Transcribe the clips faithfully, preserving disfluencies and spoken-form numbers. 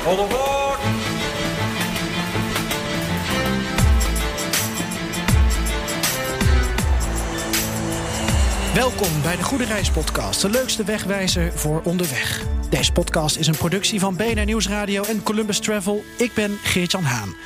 On the block. Welkom bij de Goede Reis podcast, de leukste wegwijzer voor onderweg. Deze podcast is een productie van B N R Nieuwsradio en Columbus Travel. Ik ben Geert-Jan Haan.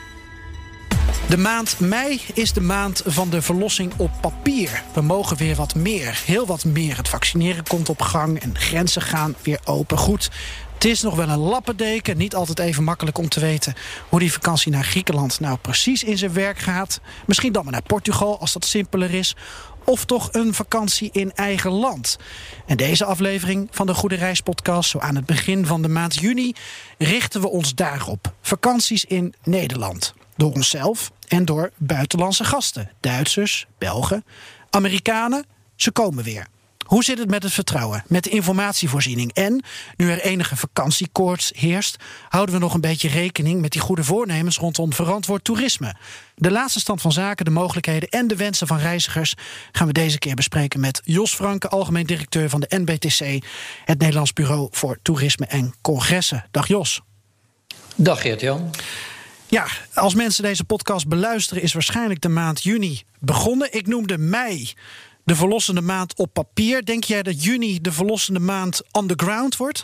De maand mei is de maand van de verlossing op papier. We mogen weer wat meer, heel wat meer. Het vaccineren komt op gang en grenzen gaan weer open. Goed, het is nog wel een lappendeken. Niet altijd even makkelijk om te weten hoe die vakantie naar Griekenland nou precies in zijn werk gaat. Misschien dan maar naar Portugal als dat simpeler is. Of toch een vakantie in eigen land. En deze aflevering van de Goede Reis podcast, zo aan het begin van de maand juni, richten we ons daarop. Vakanties in Nederland. Door onszelf en door buitenlandse gasten. Duitsers, Belgen, Amerikanen, ze komen weer. Hoe zit het met het vertrouwen, met de informatievoorziening? En, nu er enige vakantiekoorts heerst, houden we nog een beetje rekening met die goede voornemens rondom verantwoord toerisme. De laatste stand van zaken, de mogelijkheden en de wensen van reizigers gaan we deze keer bespreken met Jos Franke, algemeen directeur van de N B T C, het Nederlands Bureau voor Toerisme en Congressen. Dag Jos. Dag Geert-Jan. Ja, als mensen deze podcast beluisteren is waarschijnlijk de maand juni begonnen. Ik noemde mei de verlossende maand op papier. Denk jij dat juni de verlossende maand on the ground wordt?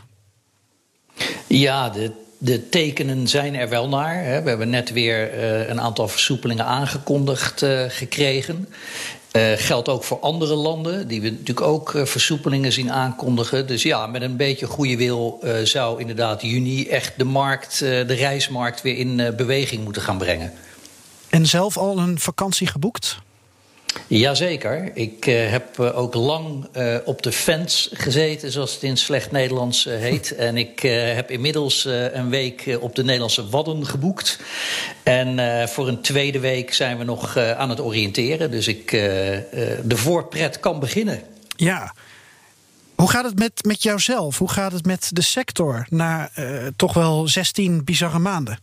Ja, de, de tekenen zijn er wel naar. Hè. We hebben net weer uh, een aantal versoepelingen aangekondigd uh, gekregen. Uh, geldt ook voor andere landen, die we natuurlijk ook uh, versoepelingen zien aankondigen. Dus ja, met een beetje goede wil uh, zou inderdaad juni echt de markt, uh, de reismarkt weer in uh, beweging moeten gaan brengen. En zelf al een vakantie geboekt? Jazeker. Ik uh, heb uh, ook lang uh, op de fence gezeten, zoals het in slecht Nederlands uh, heet. En ik uh, heb inmiddels uh, een week uh, op de Nederlandse Wadden geboekt. En uh, voor een tweede week zijn we nog uh, aan het oriënteren. Dus ik, uh, uh, de voorpret kan beginnen. Ja. Hoe gaat het met, met jouzelf? Hoe gaat het met de sector na uh, toch wel zestien bizarre maanden?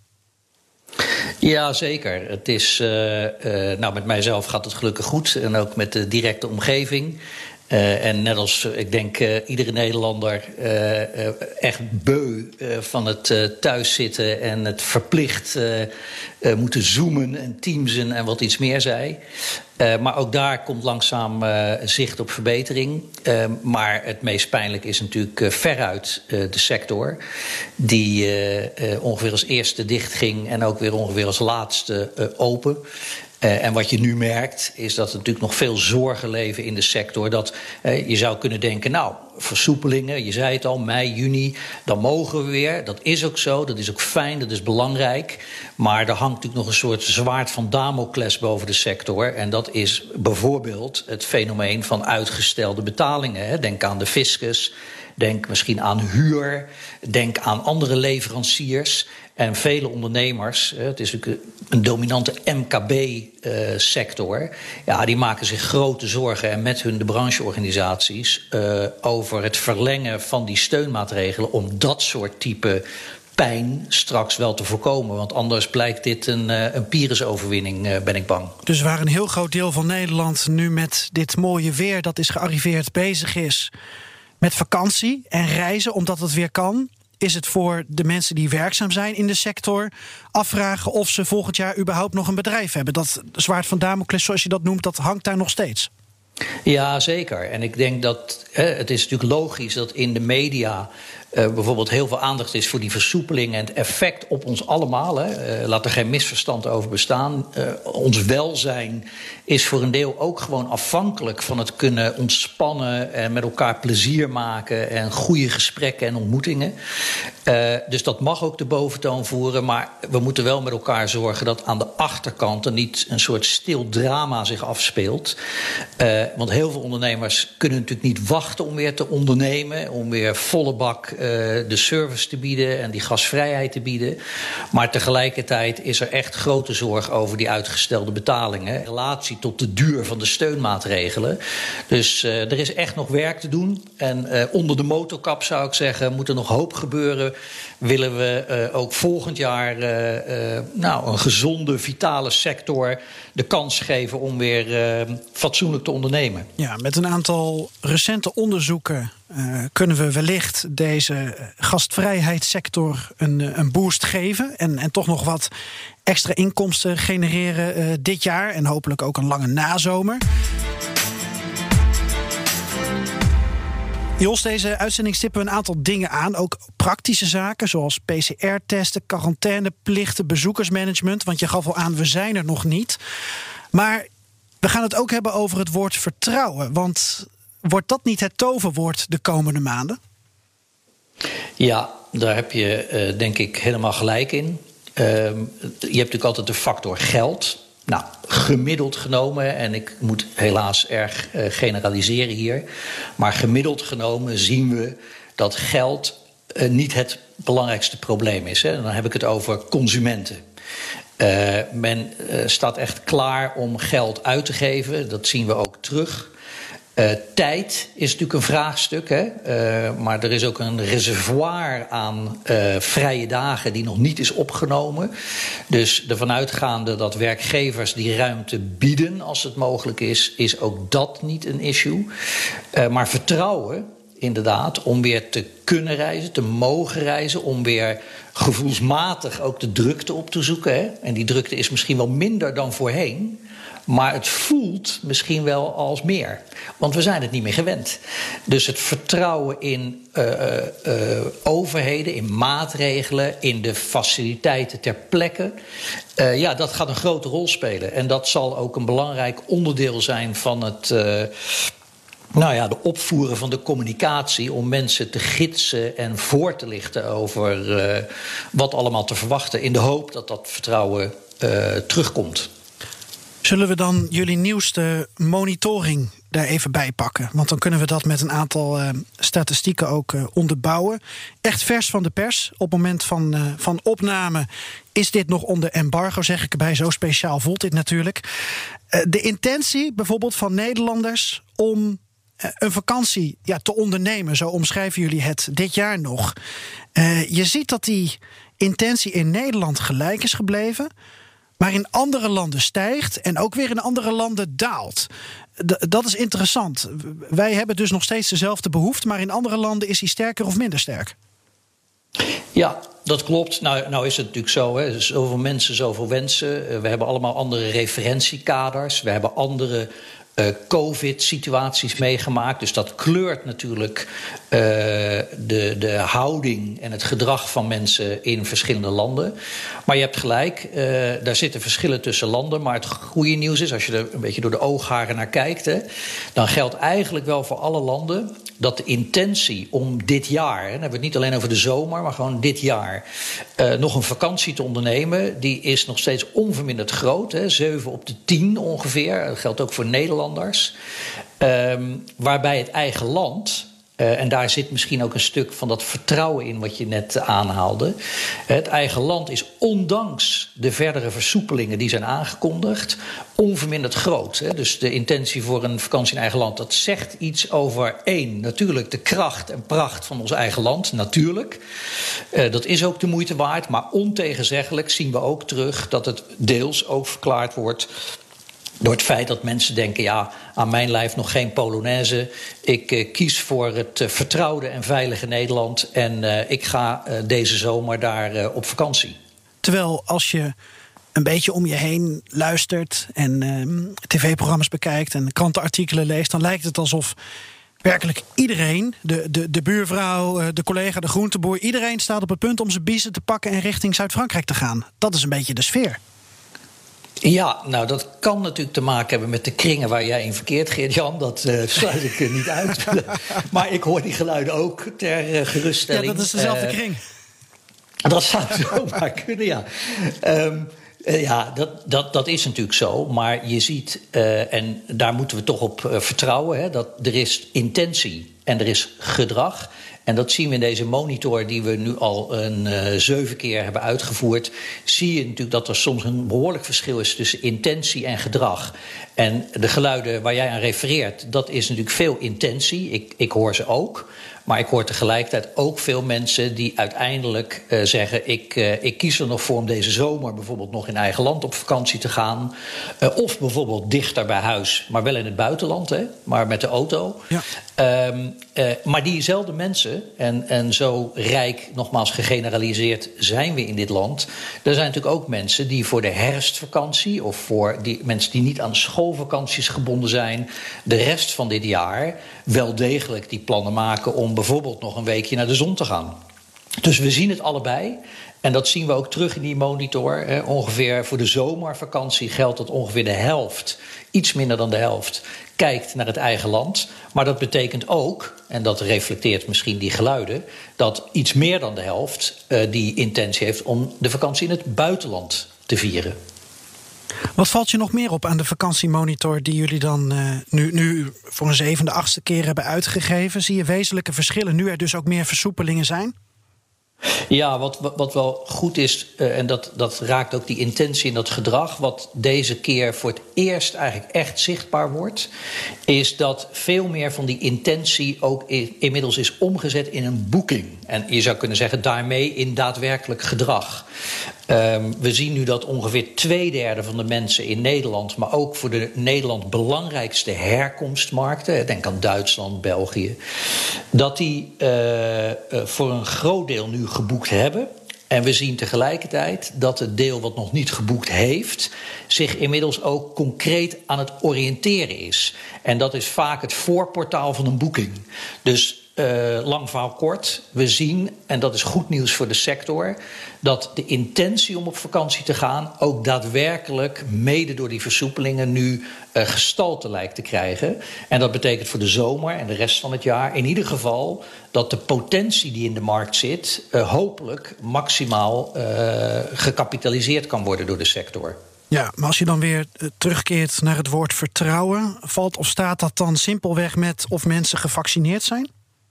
Ja, zeker. Het is, uh, uh, nou, met mijzelf gaat het gelukkig goed. En ook met de directe omgeving. Uh, en net als, uh, ik denk, uh, iedere Nederlander uh, uh, echt beu uh, van het uh, thuiszitten en het verplicht uh, uh, moeten zoomen en teamsen en wat iets meer zei. Uh, maar ook daar komt langzaam uh, zicht op verbetering. Uh, maar het meest pijnlijk is natuurlijk uh, veruit uh, de sector, die uh, uh, ongeveer als eerste dicht ging en ook weer ongeveer als laatste uh, open. Uh, en wat je nu merkt, is dat er natuurlijk nog veel zorgen leven in de sector. Dat uh, je zou kunnen denken, nou, versoepelingen, je zei het al, mei, juni, dan mogen we weer. Dat is ook zo, dat is ook fijn, dat is belangrijk. Maar er hangt natuurlijk nog een soort zwaard van Damocles boven de sector. En dat is bijvoorbeeld het fenomeen van uitgestelde betalingen. Hè. Denk aan de fiscus, denk misschien aan huur, denk aan andere leveranciers. En vele ondernemers, het is natuurlijk een dominante M K B-sector... ja, die maken zich grote zorgen en met hun de brancheorganisaties uh, over het verlengen van die steunmaatregelen om dat soort type pijn straks wel te voorkomen. Want anders blijkt dit een, uh, een Pyrrhusoverwinning, uh, ben ik bang. Dus waar een heel groot deel van Nederland nu met dit mooie weer dat is gearriveerd bezig is met vakantie en reizen omdat het weer kan, is het voor de mensen die werkzaam zijn in de sector afvragen of ze volgend jaar überhaupt nog een bedrijf hebben. Dat zwaard van Damocles, zoals je dat noemt, dat hangt daar nog steeds. Ja, zeker. En ik denk dat hè, het is natuurlijk logisch dat in de media uh, bijvoorbeeld heel veel aandacht is voor die versoepeling en het effect op ons allemaal. Hè. Uh, laat er geen misverstand over bestaan. Uh, ons welzijn is voor een deel ook gewoon afhankelijk van het kunnen ontspannen en met elkaar plezier maken en goede gesprekken en ontmoetingen. Uh, dus dat mag ook de boventoon voeren, maar we moeten wel met elkaar zorgen dat aan de achterkant er niet een soort stil drama zich afspeelt. Uh, want heel veel ondernemers kunnen natuurlijk niet wachten om weer te ondernemen, om weer volle bak uh, de service te bieden en die gasvrijheid te bieden. Maar tegelijkertijd is er echt grote zorg over die uitgestelde betalingen in relatie tot de duur van de steunmaatregelen. Dus uh, er is echt nog werk te doen. En uh, onder de motorkap zou ik zeggen, moet er nog hoop gebeuren. Willen we uh, ook volgend jaar uh, uh, nou, een gezonde, vitale sector de kans geven om weer uh, fatsoenlijk te ondernemen. Ja, met een aantal recente onderzoeken uh, kunnen we wellicht deze gastvrijheidssector een, een boost geven en, en toch nog wat extra inkomsten genereren uh, dit jaar en hopelijk ook een lange nazomer. Jos, deze uitzending stippen we een aantal dingen aan. Ook praktische zaken zoals P C R-testen, quarantaineplichten, bezoekersmanagement. Want je gaf al aan, we zijn er nog niet. Maar we gaan het ook hebben over het woord vertrouwen. Want wordt dat niet het toverwoord de komende maanden? Ja, daar heb je uh, denk ik helemaal gelijk in. Uh, je hebt natuurlijk altijd de factor geld. Nou, gemiddeld genomen, en ik moet helaas erg uh, generaliseren hier, maar gemiddeld genomen zien we dat geld uh, niet het belangrijkste probleem is. Hè. Dan heb ik het over consumenten. Uh, men uh, staat echt klaar om geld uit te geven, dat zien we ook terug. Uh, tijd is natuurlijk een vraagstuk, hè? Uh, maar er is ook een reservoir aan uh, vrije dagen die nog niet is opgenomen. Dus ervan uitgaande dat werkgevers die ruimte bieden als het mogelijk is, is ook dat niet een issue. Uh, maar vertrouwen, inderdaad, om weer te kunnen reizen, te mogen reizen, om weer gevoelsmatig ook de drukte op te zoeken. Hè? En die drukte is misschien wel minder dan voorheen. Maar het voelt misschien wel als meer. Want we zijn het niet meer gewend. Dus het vertrouwen in uh, uh, overheden, in maatregelen, in de faciliteiten ter plekke. Uh, ja, dat gaat een grote rol spelen. En dat zal ook een belangrijk onderdeel zijn van het Uh, Nou ja, de opvoeren van de communicatie om mensen te gidsen en voor te lichten over uh, wat allemaal te verwachten, in de hoop dat dat vertrouwen uh, terugkomt. Zullen we dan jullie nieuwste monitoring daar even bij pakken? Want dan kunnen we dat met een aantal uh, statistieken ook uh, onderbouwen. Echt vers van de pers. Op het moment van, uh, van opname is dit nog onder embargo, zeg ik erbij. Zo speciaal voelt dit natuurlijk. Uh, de intentie bijvoorbeeld van Nederlanders om een vakantie ja, te ondernemen, zo omschrijven jullie het dit jaar nog. Uh, je ziet dat die intentie in Nederland gelijk is gebleven, maar in andere landen stijgt en ook weer in andere landen daalt. D- dat is interessant. Wij hebben dus nog steeds dezelfde behoefte, maar in andere landen is die sterker of minder sterk. Ja, dat klopt. Nou, nou is het natuurlijk zo, hè. Zoveel mensen, zoveel wensen. We hebben allemaal andere referentiekaders. We hebben andere Uh, COVID-situaties meegemaakt. Dus dat kleurt natuurlijk uh, de, de houding en het gedrag van mensen in verschillende landen. Maar je hebt gelijk, uh, daar zitten verschillen tussen landen. Maar het goede nieuws is, als je er een beetje door de oogharen naar kijkt, hè, dan geldt eigenlijk wel voor alle landen dat de intentie om dit jaar, hè, dan hebben we het niet alleen over de zomer, maar gewoon dit jaar, uh, nog een vakantie te ondernemen, die is nog steeds onverminderd groot. Hè, zeven op de tien ongeveer. Dat geldt ook voor Nederlanders. Um, waarbij het eigen land, Uh, en daar zit misschien ook een stuk van dat vertrouwen in wat je net uh, aanhaalde. Het eigen land is ondanks de verdere versoepelingen die zijn aangekondigd onverminderd groot. Hè. Dus de intentie voor een vakantie in eigen land, dat zegt iets over één, natuurlijk de kracht en pracht van ons eigen land, natuurlijk. Uh, dat is ook de moeite waard, maar ontegenzeggelijk zien we ook terug dat het deels ook verklaard wordt door het feit dat mensen denken, ja, aan mijn lijf nog geen Polonaise. Ik uh, kies voor het uh, vertrouwde en veilige Nederland. En uh, ik ga uh, deze zomer daar uh, op vakantie. Terwijl als je een beetje om je heen luistert en uh, tv-programma's bekijkt en krantenartikelen leest, dan lijkt het alsof werkelijk iedereen, de, de, de buurvrouw, de collega, de groenteboer, iedereen staat op het punt om zijn biezen te pakken en richting Zuid-Frankrijk te gaan. Dat is een beetje de sfeer. Ja, nou dat kan natuurlijk te maken hebben met de kringen waar jij in verkeert, Geert-Jan. Dat uh, sluit ik uh, niet uit. Maar ik hoor die geluiden ook ter uh, geruststelling. Ja, dat is dezelfde uh, kring. Dat zou zomaar kunnen, ja. Um, uh, ja, dat, dat, dat is natuurlijk zo. Maar je ziet, uh, en daar moeten we toch op uh, vertrouwen, hè, dat er is intentie en er is gedrag. En dat zien we in deze monitor die we nu al een uh, zeven keer hebben uitgevoerd. Zie je natuurlijk dat er soms een behoorlijk verschil is tussen intentie en gedrag. En de geluiden waar jij aan refereert, dat is natuurlijk veel intentie. Ik, ik hoor ze ook. Maar ik hoor tegelijkertijd ook veel mensen die uiteindelijk uh, zeggen... Ik, uh, ik kies er nog voor om deze zomer bijvoorbeeld nog in eigen land op vakantie te gaan. Uh, of bijvoorbeeld dichter bij huis, maar wel in het buitenland, hè, maar met de auto. Ja. Um, uh, maar diezelfde mensen, en, en zo rijk, nogmaals gegeneraliseerd zijn we in dit land... er zijn natuurlijk ook mensen die voor de herfstvakantie... of voor die mensen die niet aan schoolvakanties gebonden zijn... de rest van dit jaar wel degelijk die plannen maken... om bijvoorbeeld nog een weekje naar de zon te gaan. Dus we zien het allebei. En dat zien we ook terug in die monitor. Eh, ongeveer voor de zomervakantie geldt dat ongeveer de helft... iets minder dan de helft, kijkt naar het eigen land. Maar dat betekent ook, en dat reflecteert misschien die geluiden... dat iets meer dan de helft uh, die intentie heeft om de vakantie in het buitenland te vieren. Wat valt je nog meer op aan de vakantiemonitor die jullie dan uh, nu, nu voor een zevende, achtste keer hebben uitgegeven? Zie je wezenlijke verschillen nu er dus ook meer versoepelingen zijn? Ja, wat, wat wel goed is, uh, en dat, dat raakt ook die intentie in dat gedrag... wat deze keer voor het eerst eigenlijk echt zichtbaar wordt... is dat veel meer van die intentie ook in, inmiddels is omgezet in een boeking. En je zou kunnen zeggen daarmee in daadwerkelijk gedrag. Um, we zien nu dat ongeveer twee derde van de mensen in Nederland... maar ook voor de Nederland belangrijkste herkomstmarkten... denk aan Duitsland, België... dat die uh, uh, voor een groot deel nu geboekt hebben. En we zien tegelijkertijd dat het deel wat nog niet geboekt heeft... zich inmiddels ook concreet aan het oriënteren is. En dat is vaak het voorportaal van een boeking. Dus... Uh, lang verhaal kort, we zien, en dat is goed nieuws voor de sector... dat de intentie om op vakantie te gaan... ook daadwerkelijk, mede door die versoepelingen... nu uh, gestalte lijkt te krijgen. En dat betekent voor de zomer en de rest van het jaar... in ieder geval dat de potentie die in de markt zit... Uh, hopelijk maximaal uh, gecapitaliseerd kan worden door de sector. Ja, maar als je dan weer uh, terugkeert naar het woord vertrouwen... valt of staat dat dan simpelweg met of mensen gevaccineerd zijn?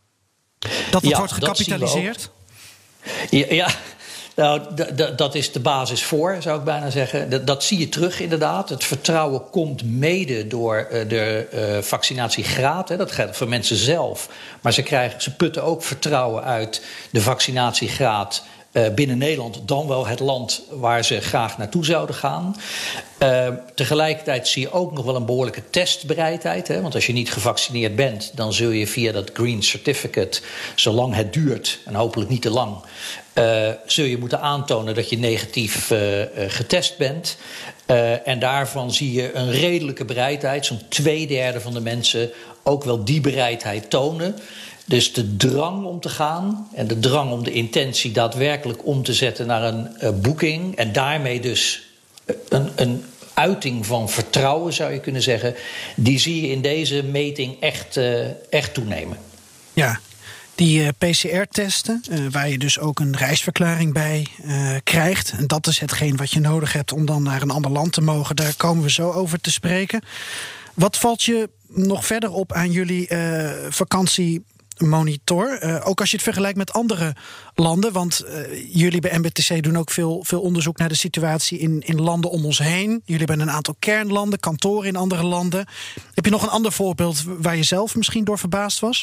Dat het ja, wordt gecapitaliseerd? Ja, ja, nou, d- d- dat is de basis voor, zou ik bijna zeggen. D- dat zie je terug inderdaad. Het vertrouwen komt mede door uh, de uh, vaccinatiegraad. Hè. Dat geldt voor mensen zelf. Maar ze, krijgen, ze putten ook vertrouwen uit de vaccinatiegraad... Uh, binnen Nederland dan wel het land waar ze graag naartoe zouden gaan. Uh, tegelijkertijd zie je ook nog wel een behoorlijke testbereidheid. Hè? Want als je niet gevaccineerd bent... dan zul je via dat Green Certificate, zolang het duurt... en hopelijk niet te lang... Uh, zul je moeten aantonen dat je negatief uh, uh, getest bent. Uh, en daarvan zie je een redelijke bereidheid. Zo'n twee derde van de mensen ook wel die bereidheid tonen... Dus de drang om te gaan en de drang om de intentie daadwerkelijk om te zetten naar een uh, boeking... en daarmee dus een, een uiting van vertrouwen, zou je kunnen zeggen... die zie je in deze meting echt, uh, echt toenemen. Ja, die uh, P C R-testen, uh, waar je dus ook een reisverklaring bij uh, krijgt... en dat is hetgeen wat je nodig hebt om dan naar een ander land te mogen... daar komen we zo over te spreken. Wat valt je nog verder op aan jullie uh, vakantie... monitor, uh, ook als je het vergelijkt met andere landen... want uh, jullie bij M B T C doen ook veel, veel onderzoek naar de situatie in, in landen om ons heen. Jullie hebben een aantal kernlanden, kantoren in andere landen. Heb je nog een ander voorbeeld waar je zelf misschien door verbaasd was?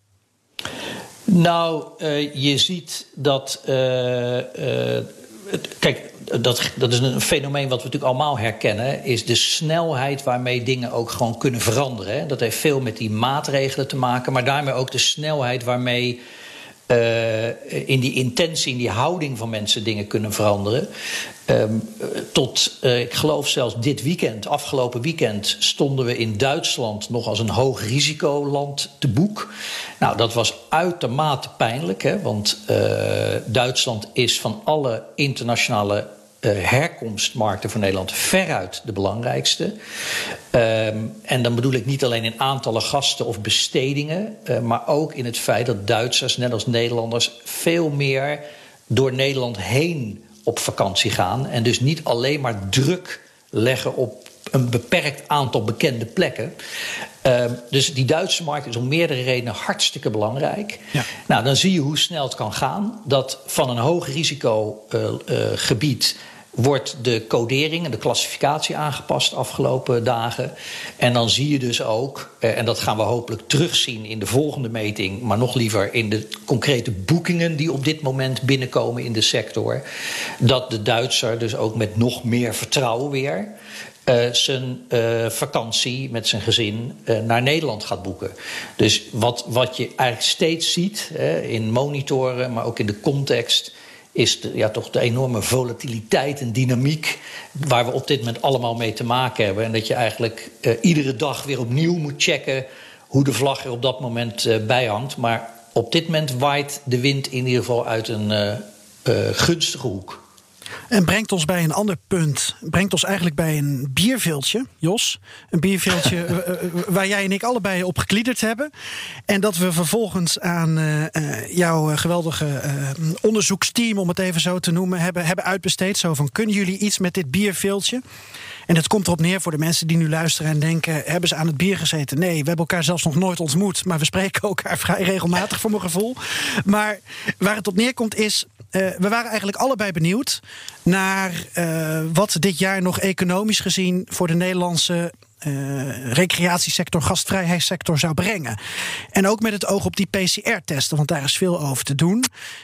Nou, uh, je ziet dat... Uh, uh, kijk, dat, dat is een fenomeen wat we natuurlijk allemaal herkennen... is de snelheid waarmee dingen ook gewoon kunnen veranderen. Hè. Dat heeft veel met die maatregelen te maken... maar daarmee ook de snelheid waarmee... Uh, in die intentie, in die houding van mensen dingen kunnen veranderen. Um, tot, uh, ik geloof zelfs dit weekend, afgelopen weekend... stonden we in Duitsland nog als een hoog risicoland te boek. Nou, dat was uitermate pijnlijk, hè, want uh, Duitsland is van alle internationale... Uh, herkomstmarkten voor Nederland veruit de belangrijkste. Um, en dan bedoel ik niet alleen in aantallen gasten of bestedingen... Uh, maar ook in het feit dat Duitsers, net als Nederlanders... veel meer door Nederland heen op vakantie gaan... en dus niet alleen maar druk leggen op een beperkt aantal bekende plekken... Uh, dus die Duitse markt is om meerdere redenen hartstikke belangrijk. Ja. Nou, dan zie je hoe snel het kan gaan. Dat van een hoog risico uh, uh, gebied... wordt de codering en de klassificatie aangepast de afgelopen dagen. En dan zie je dus ook, en dat gaan we hopelijk terugzien in de volgende meting, maar nog liever in de concrete boekingen die op dit moment binnenkomen in de sector, dat de Duitser dus ook met nog meer vertrouwen weer Uh, zijn uh, vakantie met zijn gezin uh, naar Nederland gaat boeken. Dus wat, wat je eigenlijk steeds ziet uh, in monitoren, maar ook in de context, is de, ja, toch de enorme volatiliteit en dynamiek waar we op dit moment allemaal mee te maken hebben. En dat je eigenlijk uh, iedere dag weer opnieuw moet checken hoe de vlag er op dat moment uh, bij hangt. Maar op dit moment waait de wind in ieder geval uit een uh, uh, gunstige hoek. En brengt ons bij een ander punt. Brengt ons eigenlijk bij een bierveeltje, Jos. Een bierveeltje waar jij en ik allebei op gekliederd hebben. En dat we vervolgens aan uh, jouw geweldige uh, onderzoeksteam, om het even zo te noemen, hebben, hebben uitbesteed. Zo van, kunnen jullie iets met dit bierveeltje? En het komt erop neer voor de mensen die nu luisteren en denken, hebben ze aan het bier gezeten? Nee, we hebben elkaar zelfs nog nooit ontmoet. Maar we spreken elkaar vrij regelmatig voor mijn gevoel. Maar waar het op neerkomt is, Uh, we waren eigenlijk allebei benieuwd naar uh, wat dit jaar nog economisch gezien voor de Nederlandse uh, recreatiesector, gastvrijheidssector zou brengen. En ook met het oog op die P C R-testen, want daar is veel over te doen.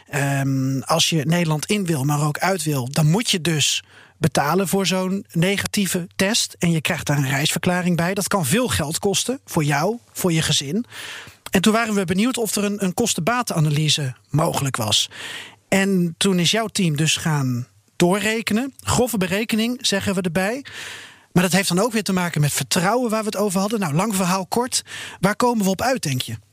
Um, als je Nederland in wil, maar ook uit wil, dan moet je dus betalen voor zo'n negatieve test. En je krijgt daar een reisverklaring bij. Dat kan veel geld kosten voor jou, voor je gezin. En toen waren we benieuwd of er een, een kosten-batenanalyse mogelijk was. En toen is jouw team dus gaan doorrekenen. Grove berekening, zeggen we erbij. Maar dat heeft dan ook weer te maken met vertrouwen waar we het over hadden. Nou, lang verhaal kort. Waar komen we op uit, denk je?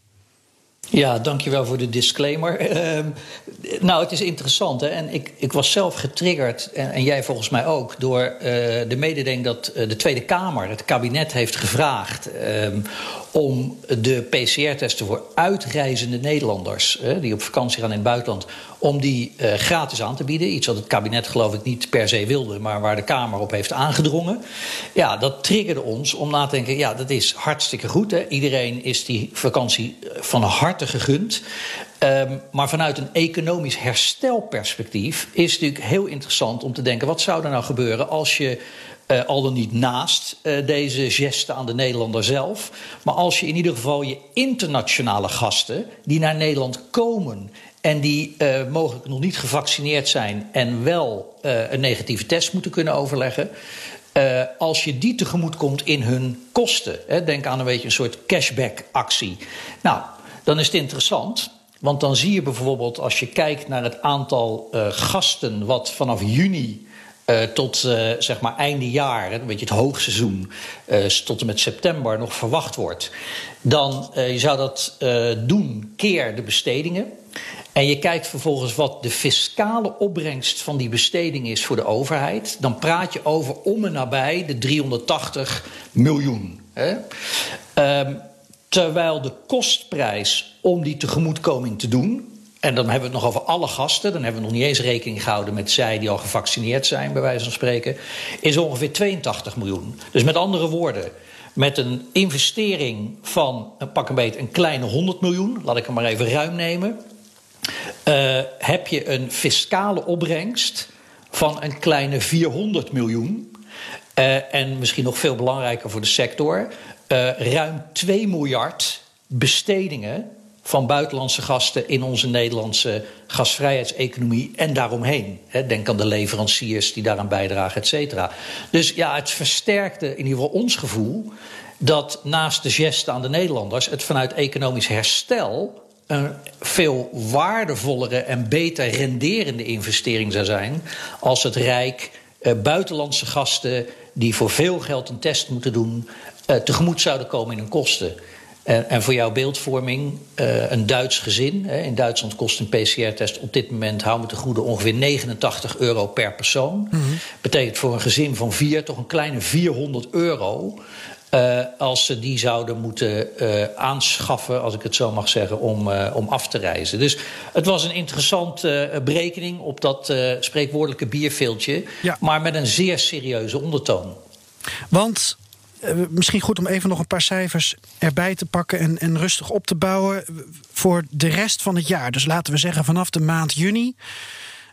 Ja, dankjewel voor de disclaimer. Uh, nou, het is interessant. Hè? En ik, ik was zelf getriggerd, en, en jij volgens mij ook, door uh, de mededeling dat uh, de Tweede Kamer, het kabinet, heeft gevraagd uh, om de P C R-testen voor uitreizende Nederlanders, uh, die op vakantie gaan in het buitenland, om die uh, gratis aan te bieden. Iets wat het kabinet geloof ik niet per se wilde, maar waar de Kamer op heeft aangedrongen. Ja, dat triggerde ons om na te denken, ja, dat is hartstikke goed. Hè? Iedereen is die vakantie van harte gegund. Um, maar vanuit een economisch herstelperspectief is het natuurlijk heel interessant om te denken, wat zou er nou gebeuren als je Uh, al dan niet naast uh, deze geste aan de Nederlander zelf, maar als je in ieder geval je internationale gasten die naar Nederland komen en die uh, mogelijk nog niet gevaccineerd zijn en wel uh, een negatieve test moeten kunnen overleggen, uh, als je die tegemoet komt in hun kosten, hè, denk aan een beetje een soort cashback-actie. Nou, dan is het interessant. Want dan zie je bijvoorbeeld, als je kijkt naar het aantal uh, gasten wat vanaf juni Uh, tot uh, zeg maar einde jaar, een beetje het hoogseizoen, uh, tot en met september nog verwacht wordt, dan uh, je zou dat uh, doen keer de bestedingen. En je kijkt vervolgens wat de fiscale opbrengst van die besteding is voor de overheid, dan praat je over om en nabij de driehonderdtachtig miljoen. Hè? Um, terwijl de kostprijs om die tegemoetkoming te doen, en dan hebben we het nog over alle gasten, dan hebben we nog niet eens rekening gehouden met zij die al gevaccineerd zijn, bij wijze van spreken, is ongeveer tweeëntachtig miljoen. Dus met andere woorden, met een investering van, pak een beetje, een kleine honderd miljoen, laat ik hem maar even ruim nemen, uh, heb je een fiscale opbrengst van een kleine vierhonderd miljoen. Uh, en misschien nog veel belangrijker voor de sector, uh, ruim twee miljard bestedingen van buitenlandse gasten in onze Nederlandse gastvrijheidseconomie en daaromheen. Denk aan de leveranciers die daaraan bijdragen, et cetera. Dus ja, het versterkte in ieder geval ons gevoel dat naast de geste aan de Nederlanders het vanuit economisch herstel een veel waardevollere en beter renderende investering zou zijn als het Rijk uh, buitenlandse gasten die voor veel geld een test moeten doen uh, tegemoet zouden komen in hun kosten. En, en voor jouw beeldvorming, uh, een Duits gezin, hè, in Duitsland kost een P C R-test op dit moment, hou me te goede, ongeveer negenentachtig euro per persoon. Mm-hmm. Betekent voor een gezin van vier toch een kleine vierhonderd euro. Uh, als ze die zouden moeten uh, aanschaffen, als ik het zo mag zeggen, om, uh, om af te reizen. Dus het was een interessante uh, berekening op dat uh, spreekwoordelijke bierveeltje, ja, maar met een zeer serieuze ondertoon. Want Uh, misschien goed om even nog een paar cijfers erbij te pakken en, en rustig op te bouwen voor de rest van het jaar. Dus laten we zeggen vanaf de maand juni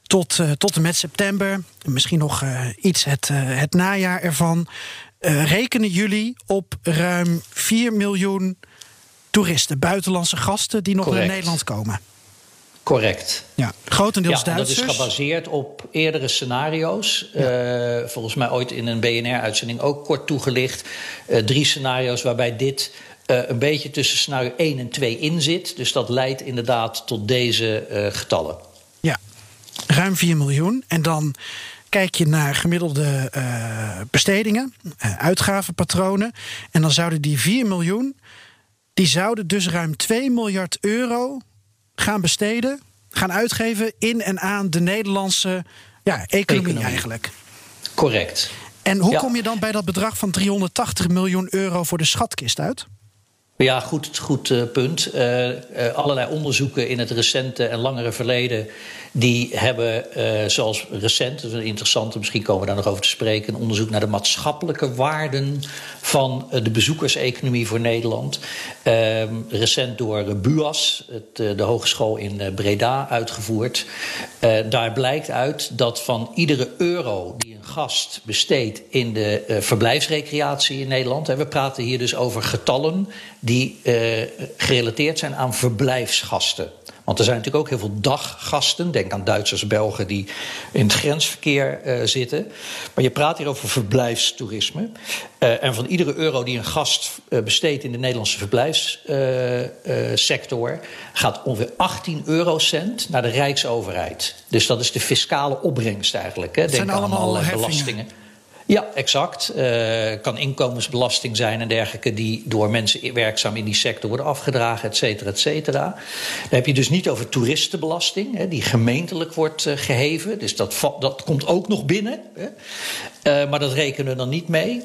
tot, uh, tot en met september, misschien nog uh, iets het, uh, het najaar ervan, uh, rekenen jullie op ruim vier miljoen toeristen, buitenlandse gasten die nog Correct. naar Nederland komen. Correct. Ja, grotendeels ja, Duitsers. Dat is gebaseerd op eerdere scenario's. Ja. Uh, volgens mij ooit in een B N R-uitzending ook kort toegelicht. Uh, drie scenario's waarbij dit uh, een beetje tussen scenario één en twee in zit. Dus dat leidt inderdaad tot deze uh, getallen. Ja, ruim vier miljoen. En dan kijk je naar gemiddelde uh, bestedingen, uh, uitgavenpatronen. En dan zouden die vier miljoen, die zouden dus ruim twee miljard euro gaan besteden, gaan uitgeven in en aan de Nederlandse ja, economie, economie eigenlijk. Correct. En hoe ja. kom je dan bij dat bedrag van driehonderdtachtig miljoen euro voor de schatkist uit? Ja, goed, goed uh, punt. Uh, uh, allerlei onderzoeken in het recente en langere verleden, die hebben, uh, zoals recent, dat is een interessante, misschien komen we daar nog over te spreken, een onderzoek naar de maatschappelijke waarden van uh, de bezoekerseconomie voor Nederland. Uh, recent door B U A S, het, uh, de hogeschool in uh, Breda, uitgevoerd. Uh, daar blijkt uit dat van iedere euro die een gast besteedt in de uh, verblijfsrecreatie in Nederland, hè, we praten hier dus over getallen die uh, gerelateerd zijn aan verblijfsgasten. Want er zijn natuurlijk ook heel veel daggasten. Denk aan Duitsers, Belgen die in het grensverkeer uh, zitten. Maar je praat hier over verblijfstoerisme. Uh, en van iedere euro die een gast uh, besteedt in de Nederlandse verblijfssector, uh, uh, gaat ongeveer achttien eurocent naar de Rijksoverheid. Dus dat is de fiscale opbrengst eigenlijk. Hè. Denk zijn aan allemaal allerlei heffingen. belastingen. Ja, exact. Het uh, kan inkomensbelasting zijn en dergelijke die door mensen werkzaam in die sector worden afgedragen, et cetera, et cetera. Dan heb je dus niet over toeristenbelasting, hè, die gemeentelijk wordt uh, geheven. Dus dat, dat komt ook nog binnen. Hè. Uh, maar dat rekenen we dan niet mee.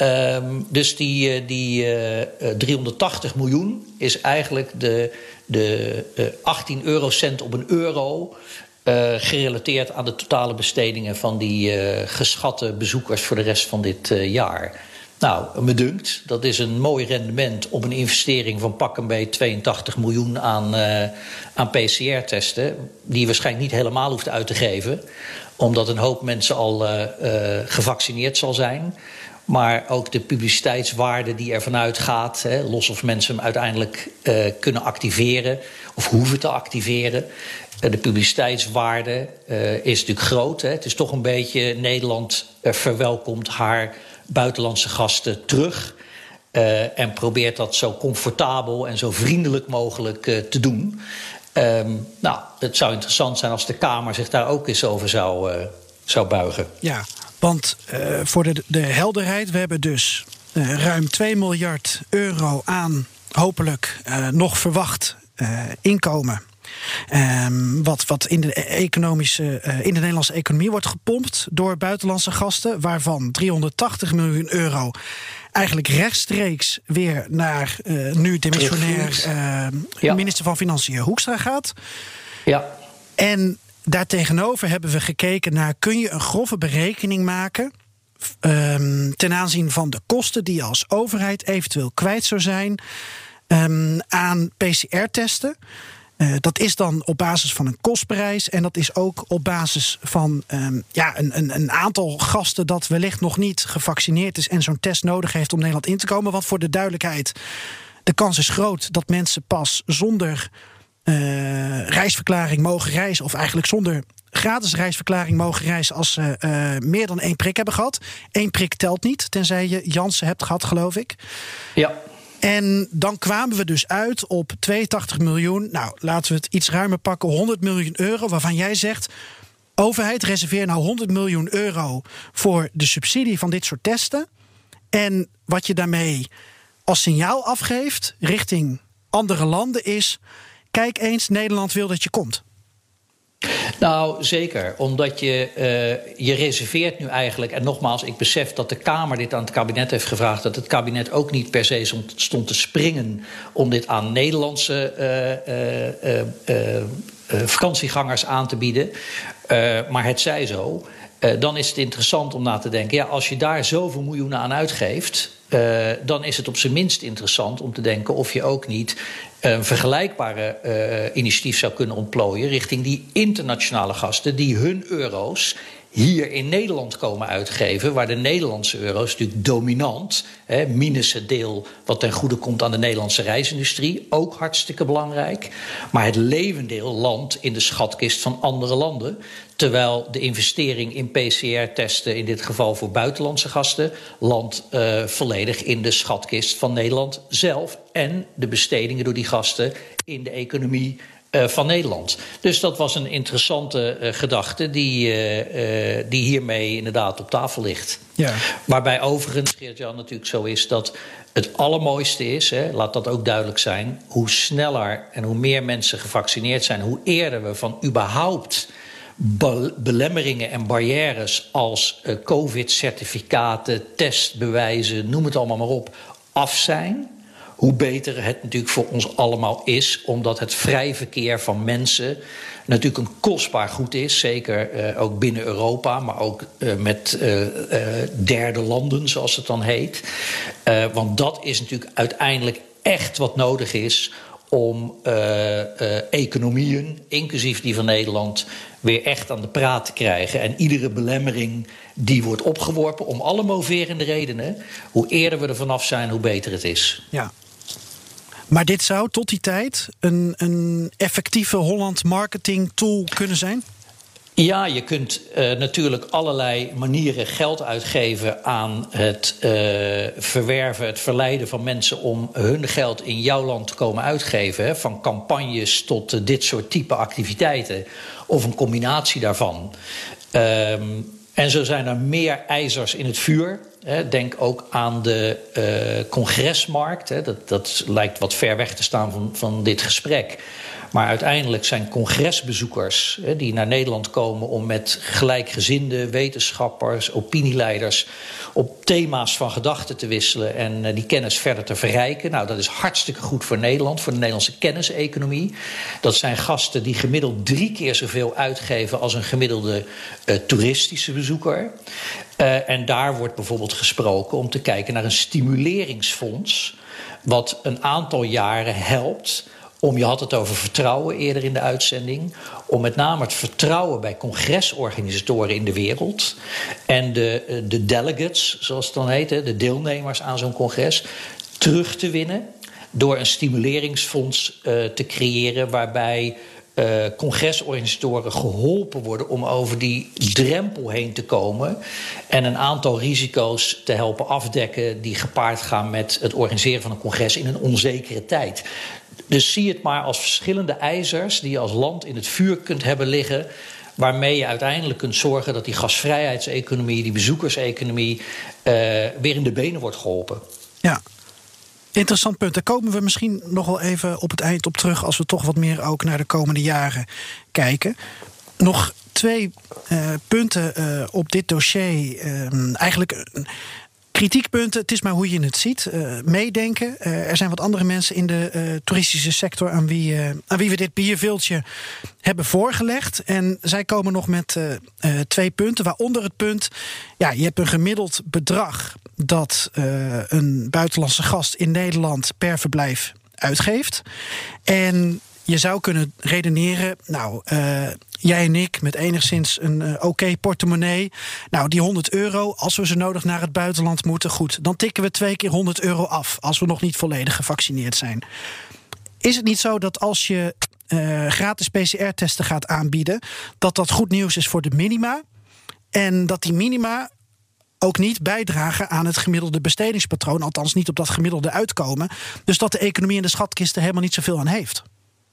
Um, dus die, uh, die uh, driehonderdtachtig miljoen is eigenlijk de, de uh, achttien eurocent op een euro, Uh, gerelateerd aan de totale bestedingen van die uh, geschatte bezoekers voor de rest van dit uh, jaar. Nou, me dunkt, dat is een mooi rendement op een investering van pak een beetje tweeëntachtig miljoen aan, uh, aan P C R-testen, die je waarschijnlijk niet helemaal hoeft uit te geven, omdat een hoop mensen al uh, uh, gevaccineerd zal zijn. Maar ook de publiciteitswaarde die ervan uitgaat, hè, los of mensen hem uiteindelijk uh, kunnen activeren of hoeven te activeren. De publiciteitswaarde uh, is natuurlijk groot. Hè. Het is toch een beetje Nederland uh, verwelkomt haar buitenlandse gasten terug. Uh, en probeert dat zo comfortabel en zo vriendelijk mogelijk uh, te doen. Um, nou, het zou interessant zijn als de Kamer zich daar ook eens over zou, uh, zou buigen. Ja, want uh, voor de, de helderheid, we hebben dus uh, ruim twee miljard euro aan hopelijk uh, nog verwacht uh, inkomen. Um, wat, wat in de economische, uh, in de Nederlandse economie wordt gepompt door buitenlandse gasten, waarvan driehonderdtachtig miljoen euro eigenlijk rechtstreeks weer naar uh, nu demissionair uh, ja. minister van Financiën Hoekstra gaat. Ja. En daartegenover hebben we gekeken naar, kun je een grove berekening maken um, ten aanzien van de kosten die je als overheid eventueel kwijt zou zijn um, aan P C R-testen. Uh, dat is dan op basis van een kostprijs en dat is ook op basis van um, ja, een, een, een aantal gasten dat wellicht nog niet gevaccineerd is en zo'n test nodig heeft om Nederland in te komen. Want voor de duidelijkheid, de kans is groot dat mensen pas zonder uh, reisverklaring mogen reizen, of eigenlijk zonder gratis reisverklaring mogen reizen als ze uh, meer dan één prik hebben gehad. Eén prik telt niet, tenzij je Janssen hebt gehad, geloof ik. Ja. En dan kwamen we dus uit op tweeëntachtig miljoen. Nou, laten we het iets ruimer pakken. honderd miljoen euro, waarvan jij zegt, overheid, reserveer nou honderd miljoen euro voor de subsidie van dit soort testen. En wat je daarmee als signaal afgeeft richting andere landen is, kijk eens, Nederland wil dat je komt. Nou, zeker. Omdat je, uh, je reserveert nu eigenlijk, en nogmaals, ik besef dat de Kamer dit aan het kabinet heeft gevraagd, dat het kabinet ook niet per se stond te springen om dit aan Nederlandse uh, uh, uh, uh, vakantiegangers aan te bieden. Uh, maar het zij zo. Uh, dan is het interessant om na te denken, ja, als je daar zoveel miljoenen aan uitgeeft, Uh, dan is het op zijn minst interessant om te denken of je ook niet een vergelijkbare uh, initiatief zou kunnen ontplooien richting die internationale gasten die hun euro's hier in Nederland komen uitgeven, waar de Nederlandse euro is natuurlijk dominant, hè, minus het deel wat ten goede komt aan de Nederlandse reisindustrie, ook hartstikke belangrijk. Maar het levendeel landt in de schatkist van andere landen, terwijl de investering in P C R-testen, in dit geval voor buitenlandse gasten, landt uh, volledig in de schatkist van Nederland zelf en de bestedingen door die gasten in de economie Uh, van Nederland. Dus dat was een interessante uh, gedachte die, uh, uh, die hiermee inderdaad op tafel ligt. Ja. Waarbij overigens, Geert-Jan, natuurlijk zo is dat het allermooiste is, hè, laat dat ook duidelijk zijn, hoe sneller en hoe meer mensen gevaccineerd zijn, hoe eerder we van überhaupt be- belemmeringen en barrières als uh, COVID-certificaten, testbewijzen, noem het allemaal maar op, af zijn, hoe beter het natuurlijk voor ons allemaal is, omdat het vrij verkeer van mensen natuurlijk een kostbaar goed is, zeker uh, ook binnen Europa, maar ook uh, met uh, uh, derde landen, zoals het dan heet. Uh, want dat is natuurlijk uiteindelijk echt wat nodig is om uh, uh, economieën, inclusief die van Nederland, weer echt aan de praat te krijgen. En iedere belemmering die wordt opgeworpen, om alle moverende redenen, hoe eerder we er vanaf zijn, hoe beter het is. Ja. Maar dit zou tot die tijd een, een effectieve Holland marketing tool kunnen zijn? Ja, je kunt uh, natuurlijk allerlei manieren geld uitgeven aan het uh, verwerven, het verleiden van mensen om hun geld in jouw land te komen uitgeven. Hè, van campagnes tot uh, dit soort type activiteiten. Of een combinatie daarvan. Um, en zo zijn er meer ijzers in het vuur. Hè. Denk ook aan de uh, congresmarkt. Hè. Dat, dat lijkt wat ver weg te staan van, van dit gesprek. Maar uiteindelijk zijn congresbezoekers hè, die naar Nederland komen om met gelijkgezinde wetenschappers, opinieleiders op thema's van gedachten te wisselen en uh, die kennis verder te verrijken. Nou, dat is hartstikke goed voor Nederland, voor de Nederlandse kenniseconomie. Dat zijn gasten die gemiddeld drie keer zoveel uitgeven als een gemiddelde uh, toeristische bezoeker. Uh, en daar wordt bijvoorbeeld gesproken om te kijken naar een stimuleringsfonds, wat een aantal jaren helpt om, je had het over vertrouwen eerder in de uitzending, om met name het vertrouwen bij congresorganisatoren in de wereld en de, de delegates, zoals het dan heet, de deelnemers aan zo'n congres, terug te winnen door een stimuleringsfonds uh, te creëren waarbij Uh, congresorganisatoren geholpen worden om over die drempel heen te komen en een aantal risico's te helpen afdekken die gepaard gaan met het organiseren van een congres in een onzekere tijd. Dus zie het maar als verschillende ijzers die je als land in het vuur kunt hebben liggen, waarmee je uiteindelijk kunt zorgen dat die gastvrijheidseconomie, die bezoekerseconomie uh, weer in de benen wordt geholpen. Ja. Interessant punt. Daar komen we misschien nog wel even op het eind op terug, als we toch wat meer ook naar de komende jaren kijken. Nog twee uh, punten uh, op dit dossier. Uh, eigenlijk uh, kritiekpunten. Het is maar hoe je het ziet. Uh, meedenken. Uh, er zijn wat andere mensen in de uh, toeristische sector aan wie, uh, aan wie we dit bierviltje hebben voorgelegd. En zij komen nog met uh, uh, twee punten. Waaronder het punt, ja, je hebt een gemiddeld bedrag dat uh, een buitenlandse gast in Nederland per verblijf uitgeeft. En je zou kunnen redeneren, nou, uh, jij en ik met enigszins een uh, oké okay portemonnee. Nou, die honderd euro, als we ze nodig naar het buitenland moeten, goed. Dan tikken we twee keer honderd euro af, als we nog niet volledig gevaccineerd zijn. Is het niet zo dat als je uh, gratis P C R-testen gaat aanbieden, dat dat goed nieuws is voor de minima? En dat die minima ook niet bijdragen aan het gemiddelde bestedingspatroon, althans niet op dat gemiddelde uitkomen. Dus dat de economie en de schatkisten helemaal niet zoveel aan heeft.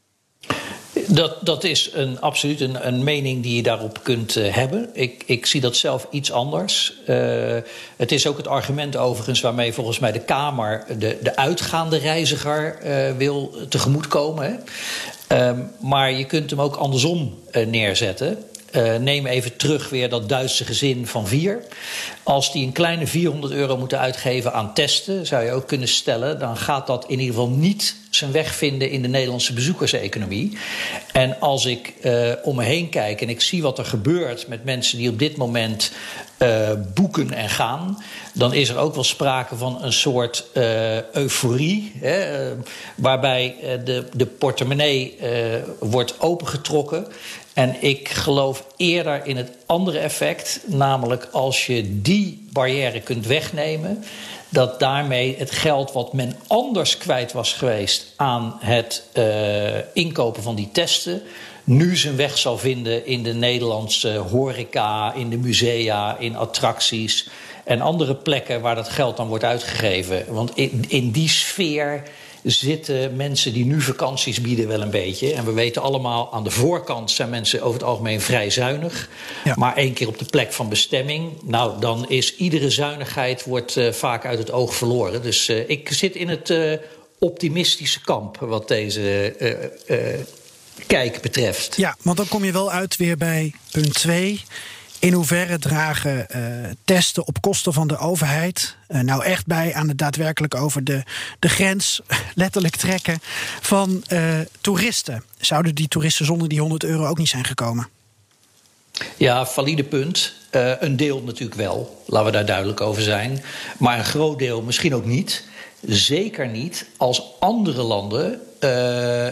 Dat, dat is een, absoluut een, een mening die je daarop kunt uh, hebben. Ik, ik zie dat zelf iets anders. Uh, het is ook het argument overigens waarmee volgens mij de Kamer de, de uitgaande reiziger uh, wil tegemoetkomen. Hè. Um, maar je kunt hem ook andersom uh, neerzetten. Uh, neem even terug weer dat Duitse gezin van vier. Als die een kleine vierhonderd euro moeten uitgeven aan testen, zou je ook kunnen stellen, dan gaat dat in ieder geval niet zijn weg vinden in de Nederlandse bezoekerseconomie. En als ik uh, om me heen kijk en ik zie wat er gebeurt met mensen die op dit moment uh, boeken en gaan, dan is er ook wel sprake van een soort uh, euforie, hè, uh, waarbij uh, de, de portemonnee uh, wordt opengetrokken. En ik geloof eerder in het andere effect, namelijk als je die barrière kunt wegnemen, dat daarmee het geld wat men anders kwijt was geweest aan het uh, inkopen van die testen, nu zijn weg zal vinden in de Nederlandse horeca, in de musea, in attracties en andere plekken waar dat geld dan wordt uitgegeven. Want in, in die sfeer zitten mensen die nu vakanties bieden wel een beetje. En we weten allemaal, aan de voorkant zijn mensen over het algemeen vrij zuinig. Ja. Maar één keer op de plek van bestemming, nou, dan is iedere zuinigheid wordt uh, vaak uit het oog verloren. Dus uh, ik zit in het uh, optimistische kamp wat deze uh, uh, kijk betreft. Ja, want dan kom je wel uit weer bij punt twee. In hoeverre dragen uh, testen op kosten van de overheid uh, nou echt bij aan het daadwerkelijk over de, de grens letterlijk trekken van uh, toeristen? Zouden die toeristen zonder die honderd euro ook niet zijn gekomen? Ja, valide punt. Uh, een deel natuurlijk wel, laten we daar duidelijk over zijn. Maar een groot deel misschien ook niet. Zeker niet als andere landen Uh,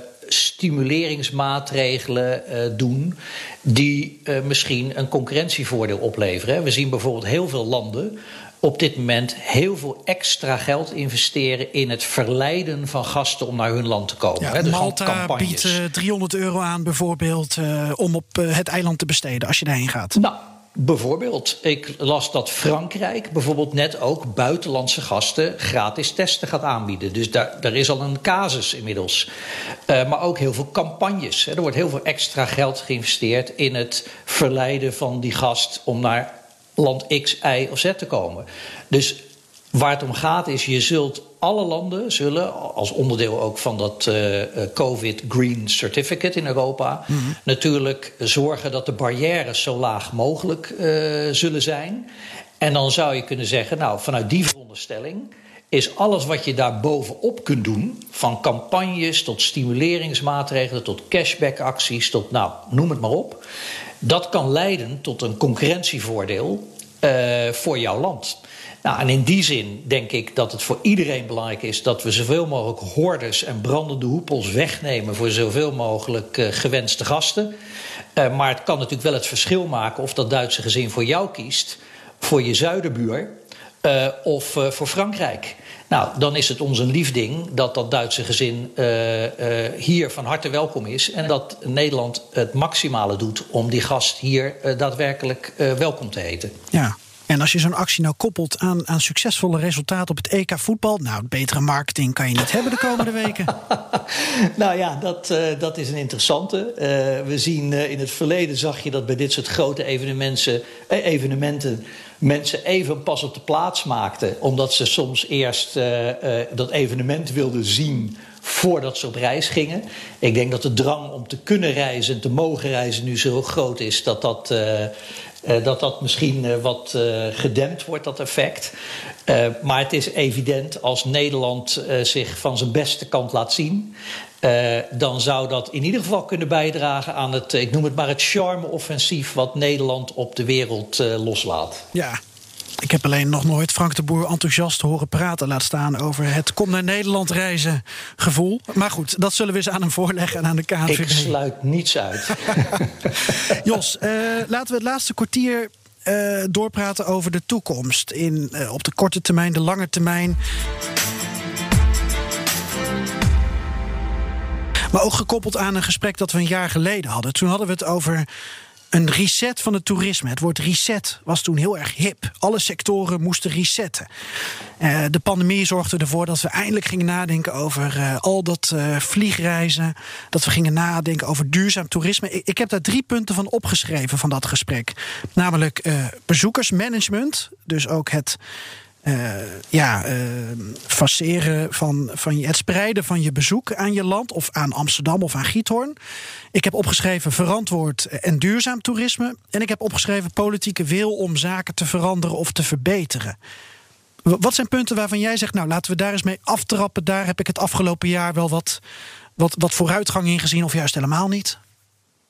stimuleringsmaatregelen uh, doen die uh, misschien een concurrentievoordeel opleveren. We zien bijvoorbeeld heel veel landen op dit moment heel veel extra geld investeren in het verleiden van gasten om naar hun land te komen. Ja, He, dus Malta biedt uh, driehonderd euro aan bijvoorbeeld uh, om op uh, het eiland te besteden als je daarheen gaat. Nou, bijvoorbeeld, ik las dat Frankrijk bijvoorbeeld net ook buitenlandse gasten gratis testen gaat aanbieden. Dus daar, daar is al een casus inmiddels. Uh, maar ook heel veel campagnes. Hè. Er wordt heel veel extra geld geïnvesteerd in het verleiden van die gast om naar land X, Y of Z te komen. Dus waar het om gaat is, je zult alle landen zullen, als onderdeel ook van dat uh, COVID Green Certificate in Europa, mm-hmm. natuurlijk zorgen dat de barrières zo laag mogelijk uh, zullen zijn. En dan zou je kunnen zeggen, nou, vanuit die veronderstelling is alles wat je daar bovenop kunt doen, van campagnes tot stimuleringsmaatregelen, tot cashbackacties, tot nou, noem het maar op, dat kan leiden tot een concurrentievoordeel uh, voor jouw land. Nou, en in die zin denk ik dat het voor iedereen belangrijk is dat we zoveel mogelijk hordes en brandende hoepels wegnemen voor zoveel mogelijk uh, gewenste gasten. Uh, maar het kan natuurlijk wel het verschil maken of dat Duitse gezin voor jou kiest, voor je zuiderbuur uh, of uh, voor Frankrijk. Nou, dan is het ons een lief ding dat dat Duitse gezin uh, uh, hier van harte welkom is en dat Nederland het maximale doet om die gast hier uh, daadwerkelijk uh, welkom te heten. Ja. En als je zo'n actie nou koppelt aan, aan succesvolle resultaten op het E K voetbal, nou, betere marketing kan je niet hebben de komende weken. Nou ja, dat, uh, dat is een interessante. Uh, we zien uh, in het verleden zag je dat bij dit soort grote evenementen, eh, evenementen mensen even pas op de plaats maakten, omdat ze soms eerst uh, uh, dat evenement wilden zien voordat ze op reis gingen. Ik denk dat de drang om te kunnen reizen en te mogen reizen nu zo groot is dat dat Uh, Uh, dat dat misschien uh, wat uh, gedempt wordt, dat effect. Uh, maar het is evident, als Nederland uh, zich van zijn beste kant laat zien, Uh, dan zou dat in ieder geval kunnen bijdragen aan het, ik noem het maar het charme-offensief wat Nederland op de wereld uh, loslaat. Ja. Ik heb alleen nog nooit Frank de Boer enthousiast horen praten, laat staan over het kom naar Nederland reizen gevoel. Maar goed, dat zullen we eens aan hem voorleggen en aan de K N V B. Ik sluit niets uit. Jos, uh, laten we het laatste kwartier uh, doorpraten over de toekomst. In, uh, op de korte termijn, de lange termijn. Maar ook gekoppeld aan een gesprek dat we een jaar geleden hadden. Toen hadden we het over een reset van het toerisme. Het woord reset was toen heel erg hip. Alle sectoren moesten resetten. Uh, de pandemie zorgde ervoor dat we eindelijk gingen nadenken over uh, al dat uh, vliegreizen. Dat we gingen nadenken over duurzaam toerisme. Ik, ik heb daar drie punten van opgeschreven van dat gesprek. Namelijk uh, bezoekersmanagement. Dus ook het Uh, ja, uh, faceren van, van je, het spreiden van je bezoek aan je land, of aan Amsterdam of aan Giethoorn. Ik heb opgeschreven verantwoord en duurzaam toerisme. En ik heb opgeschreven politieke wil om zaken te veranderen of te verbeteren. Wat zijn punten waarvan jij zegt, nou, laten we daar eens mee aftrappen. Daar heb ik het afgelopen jaar wel wat, wat, wat vooruitgang in gezien, of juist helemaal niet?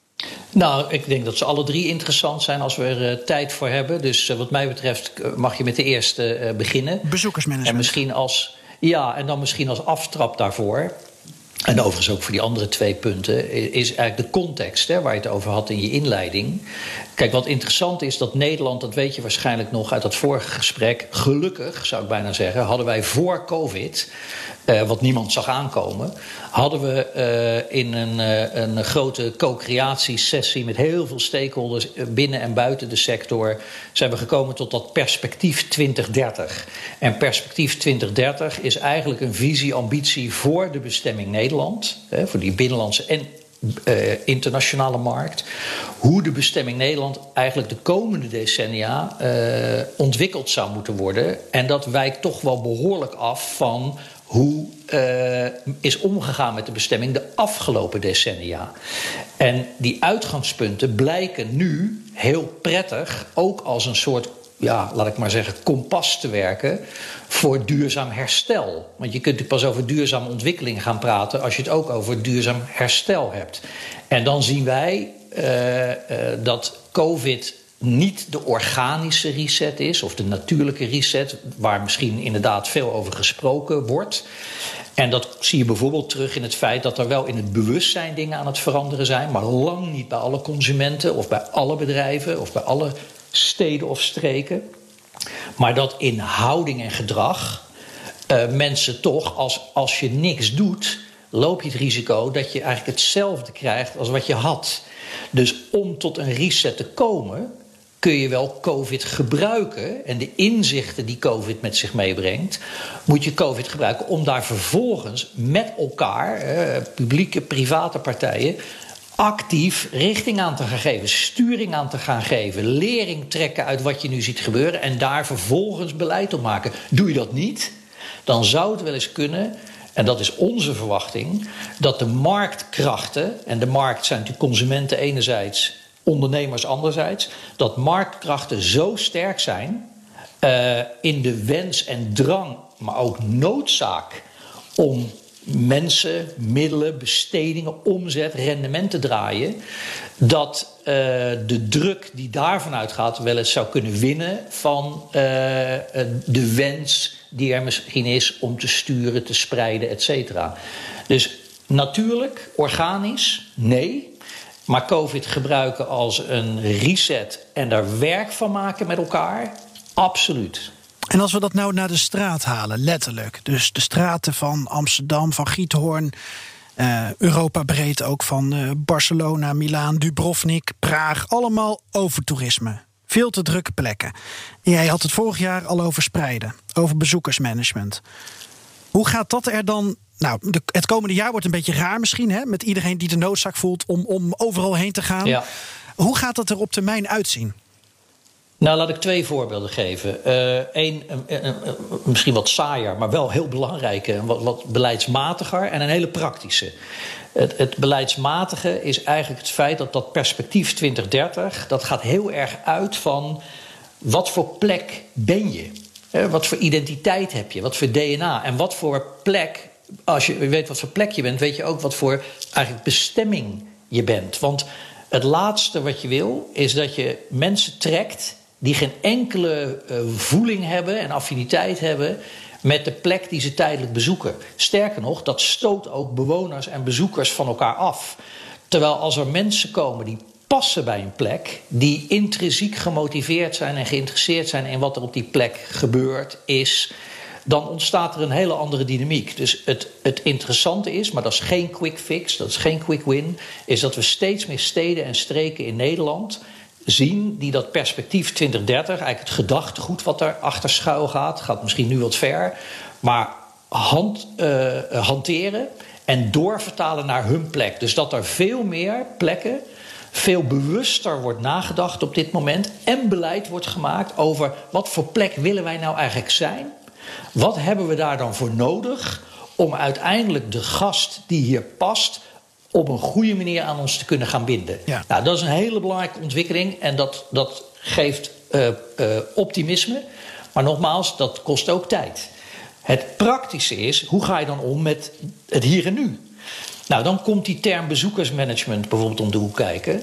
Nou, ik denk dat ze alle drie interessant zijn als we er uh, tijd voor hebben. Dus uh, wat mij betreft mag je met de eerste uh, beginnen. Bezoekersmanagement. En misschien als, ja, en dan misschien als aftrap daarvoor. En overigens ook voor die andere twee punten is eigenlijk de context, hè, waar je het over had in je inleiding. Kijk, wat interessant is dat Nederland, dat weet je waarschijnlijk nog uit dat vorige gesprek, gelukkig zou ik bijna zeggen, hadden wij voor COVID, uh, wat niemand zag aankomen, hadden we uh, in een, uh, een grote co-creatiesessie met heel veel stakeholders binnen en buiten de sector, zijn we gekomen tot dat perspectief twintig dertig. En perspectief twintig dertig is eigenlijk een visie, ambitie voor de bestemming Nederland, hè, voor die binnenlandse en Uh, internationale markt. Hoe de bestemming Nederland eigenlijk de komende decennia uh, ontwikkeld zou moeten worden. En dat wijkt toch wel behoorlijk af van hoe uh, is omgegaan met de bestemming de afgelopen decennia. En die uitgangspunten blijken nu heel prettig ook als een soort, ja, laat ik maar zeggen, kompas te werken voor duurzaam herstel. Want je kunt pas over duurzame ontwikkeling gaan praten als je het ook over duurzaam herstel hebt. En dan zien wij uh, uh, dat COVID niet de organische reset is, of de natuurlijke reset, waar misschien inderdaad veel over gesproken wordt. En dat zie je bijvoorbeeld terug in het feit dat er wel in het bewustzijn dingen aan het veranderen zijn, maar lang niet bij alle consumenten of bij alle bedrijven of bij alle steden of streken. Maar dat in houding en gedrag uh, mensen toch, als, als je niks doet, loop je het risico dat je eigenlijk hetzelfde krijgt als wat je had. Dus om tot een reset te komen, kun je wel COVID gebruiken. En de inzichten die COVID met zich meebrengt, moet je COVID gebruiken om daar vervolgens met elkaar, uh, publieke, private partijen, actief richting aan te gaan geven, sturing aan te gaan geven, lering trekken uit wat je nu ziet gebeuren en daar vervolgens beleid op maken. Doe je dat niet, dan zou het wel eens kunnen, en dat is onze verwachting, dat de marktkrachten, en de markt zijn natuurlijk consumenten enerzijds, ondernemers anderzijds, dat marktkrachten zo sterk zijn uh, in de wens en drang, maar ook noodzaak om mensen, middelen, bestedingen, omzet, rendement te draaien, dat uh, de druk die daarvan uitgaat wel eens zou kunnen winnen van uh, de wens die er misschien is om te sturen, te spreiden, et cetera. Dus natuurlijk, organisch, nee. Maar COVID gebruiken als een reset en daar werk van maken met elkaar, absoluut. En als we dat nou naar de straat halen, letterlijk. Dus de straten van Amsterdam, van Giethoorn, uh, Europa breed ook van uh, Barcelona, Milaan, Dubrovnik, Praag. Allemaal overtoerisme. Veel te drukke plekken. En jij had het vorig jaar al over spreiden, over bezoekersmanagement. Hoe gaat dat er dan? Nou, de, het komende jaar wordt een beetje raar misschien, hè, met iedereen die de noodzaak voelt om, om overal heen te gaan. Ja. Hoe gaat dat er op termijn uitzien? Nou, laat ik twee voorbeelden geven. Eén, uh, uh, uh, misschien wat saaier, maar wel heel belangrijke, wat, wat beleidsmatiger en een hele praktische. Het, het beleidsmatige is eigenlijk het feit dat dat perspectief twintig dertig... dat gaat heel erg uit van wat voor plek ben je? Uh, wat voor identiteit heb je? Wat voor D N A? En wat voor plek, als je weet wat voor plek je bent, weet je ook wat voor eigenlijk bestemming je bent. Want het laatste wat je wil is dat je mensen trekt die geen enkele uh, voeling hebben en affiniteit hebben met de plek die ze tijdelijk bezoeken. Sterker nog, dat stoot ook bewoners en bezoekers van elkaar af. Terwijl als er mensen komen die passen bij een plek, die intrinsiek gemotiveerd zijn en geïnteresseerd zijn in wat er op die plek gebeurt, is, dan ontstaat er een hele andere dynamiek. Dus het, het interessante is, maar dat is geen quick fix, dat is geen quick win, is dat we steeds meer steden en streken in Nederland zien die dat perspectief twintig dertig, eigenlijk het gedachtegoed wat daarachter schuil gaat, gaat misschien nu wat ver, maar hand, uh, hanteren en doorvertalen naar hun plek. Dus dat er veel meer plekken, veel bewuster wordt nagedacht op dit moment en beleid wordt gemaakt over wat voor plek willen wij nou eigenlijk zijn. Wat hebben we daar dan voor nodig om uiteindelijk de gast die hier past op een goede manier aan ons te kunnen gaan binden? Ja. Nou, dat is een hele belangrijke ontwikkeling en dat, dat geeft uh, uh, optimisme. Maar nogmaals, dat kost ook tijd. Het praktische is, hoe ga je dan om met het hier en nu? Nou, dan komt die term bezoekersmanagement bijvoorbeeld om de hoek kijken.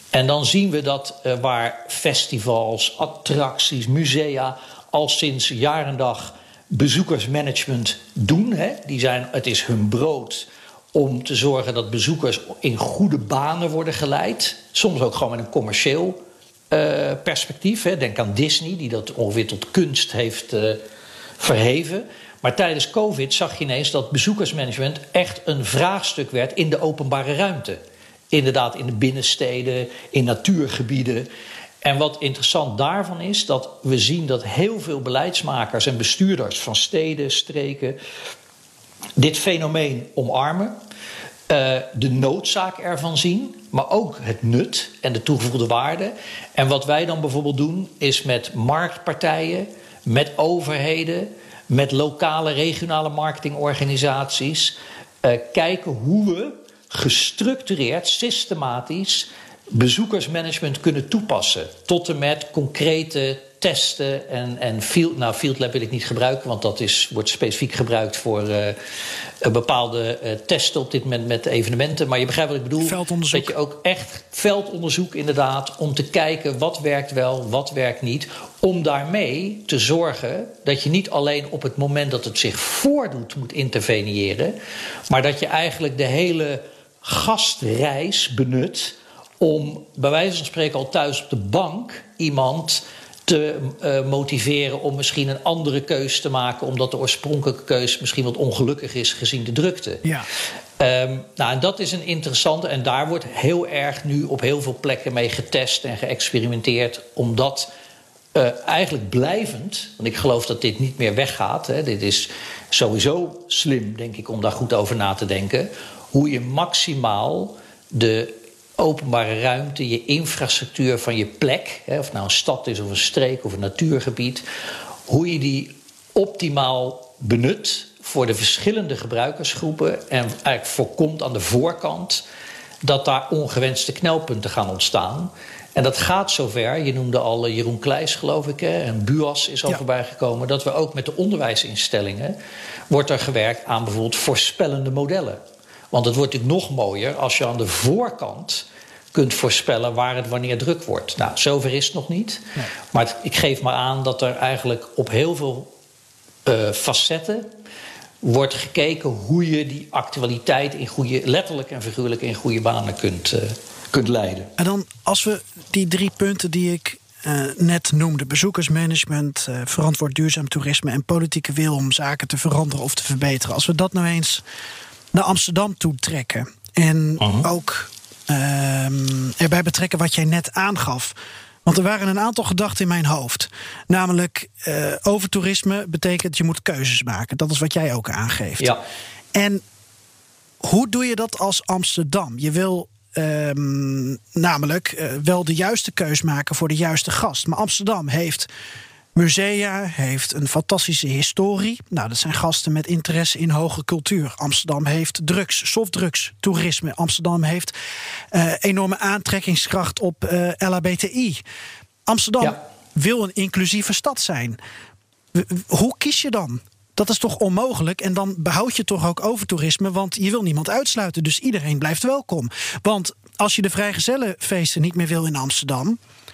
En dan zien we dat uh, waar festivals, attracties, musea al sinds jaar en dag bezoekersmanagement doen. Hè, die zijn, het is hun brood om te zorgen dat bezoekers in goede banen worden geleid. Soms ook gewoon met een commercieel uh, perspectief. Hè. Denk aan Disney, die dat ongeveer tot kunst heeft uh, verheven. Maar tijdens COVID zag je ineens dat bezoekersmanagement echt een vraagstuk werd in de openbare ruimte. Inderdaad, in de binnensteden, in natuurgebieden. En wat interessant daarvan is, dat we zien dat heel veel beleidsmakers en bestuurders van steden, streken dit fenomeen omarmen. Uh, de noodzaak ervan zien, maar ook het nut en de toegevoegde waarde. En wat wij dan bijvoorbeeld doen, is met marktpartijen, met overheden, met lokale, regionale marketingorganisaties uh, kijken hoe we gestructureerd, systematisch bezoekersmanagement kunnen toepassen. Tot en met concrete testen en, en field, nou, field lab wil ik niet gebruiken, want dat is, wordt specifiek gebruikt voor uh, bepaalde uh, testen op dit moment met evenementen. Maar je begrijpt wat ik bedoel. Veldonderzoek. Dat je ook echt veldonderzoek inderdaad, om te kijken wat werkt wel, wat werkt niet. Om daarmee te zorgen dat je niet alleen op het moment dat het zich voordoet moet interveneren, maar dat je eigenlijk de hele gastreis benut om bij wijze van spreken al thuis op de bank iemand te uh, motiveren om misschien een andere keus te maken, omdat de oorspronkelijke keus misschien wat ongelukkig is gezien de drukte. Ja. Um, nou, en dat is een interessante, en daar wordt heel erg nu op heel veel plekken mee getest en geëxperimenteerd, omdat uh, eigenlijk blijvend, want ik geloof dat dit niet meer weggaat, hè, dit is sowieso slim, denk ik, om daar goed over na te denken, hoe je maximaal de openbare ruimte, je infrastructuur van je plek, hè, of het nou een stad is of een streek of een natuurgebied, hoe je die optimaal benut voor de verschillende gebruikersgroepen en eigenlijk voorkomt aan de voorkant dat daar ongewenste knelpunten gaan ontstaan. En dat gaat zover, je noemde al Jeroen Kleijs, geloof ik, hè, en B U A S is al ja. voorbij gekomen, dat we ook met de onderwijsinstellingen wordt er gewerkt aan bijvoorbeeld voorspellende modellen. Want het wordt natuurlijk nog mooier als je aan de voorkant kunt voorspellen waar het wanneer druk wordt. Nou, zover is het nog niet. Nee. Maar het, ik geef maar aan dat er eigenlijk op heel veel uh, facetten wordt gekeken hoe je die actualiteit in goede, letterlijk en figuurlijk in goede banen kunt, uh, kunt leiden. En dan als we die drie punten die ik uh, net noemde, bezoekersmanagement, uh, verantwoord duurzaam toerisme en politieke wil om zaken te veranderen of te verbeteren, als we dat nou eens naar Amsterdam toe trekken en uh-huh. ook uh, erbij betrekken wat jij net aangaf. Want er waren een aantal gedachten in mijn hoofd. Namelijk, uh, overtoerisme betekent je moet keuzes maken. Dat is wat jij ook aangeeft. Ja. En hoe doe je dat als Amsterdam? Je wil um, namelijk uh, wel de juiste keus maken voor de juiste gast. Maar Amsterdam heeft musea, heeft een fantastische historie. Nou, dat zijn gasten met interesse in hoge cultuur. Amsterdam heeft drugs, softdrugs, toerisme. Amsterdam heeft uh, enorme aantrekkingskracht op uh, L H B T I. Amsterdam ja. wil een inclusieve stad zijn. Hoe kies je dan? Dat is toch onmogelijk? En dan behoud je toch ook overtoerisme, want je wil niemand uitsluiten. Dus iedereen blijft welkom. Want als je de vrijgezellenfeesten niet meer wil in Amsterdam,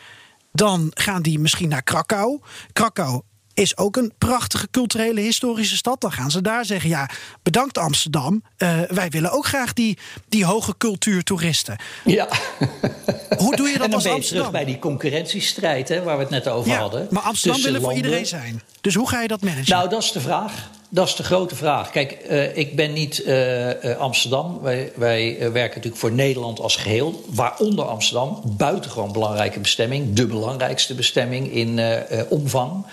dan gaan die misschien naar Krakau. Krakau is ook een prachtige culturele historische stad. Dan gaan ze daar zeggen, ja, bedankt Amsterdam. Uh, wij willen ook graag die, die hoge cultuurtoeristen. Ja. Hoe doe je dat en dan als ben je Amsterdam? terug bij die concurrentiestrijd, hè, waar we het net over ja, hadden. Maar Amsterdam willen voor landen. iedereen zijn. Dus hoe ga je dat managen? Nou, dat is de vraag. Dat is de grote vraag. Kijk, uh, ik ben niet uh, uh, Amsterdam. Wij, wij uh, werken natuurlijk voor Nederland als geheel. Waaronder Amsterdam. Buitengewoon belangrijke bestemming. De belangrijkste bestemming in uh, uh, omvang.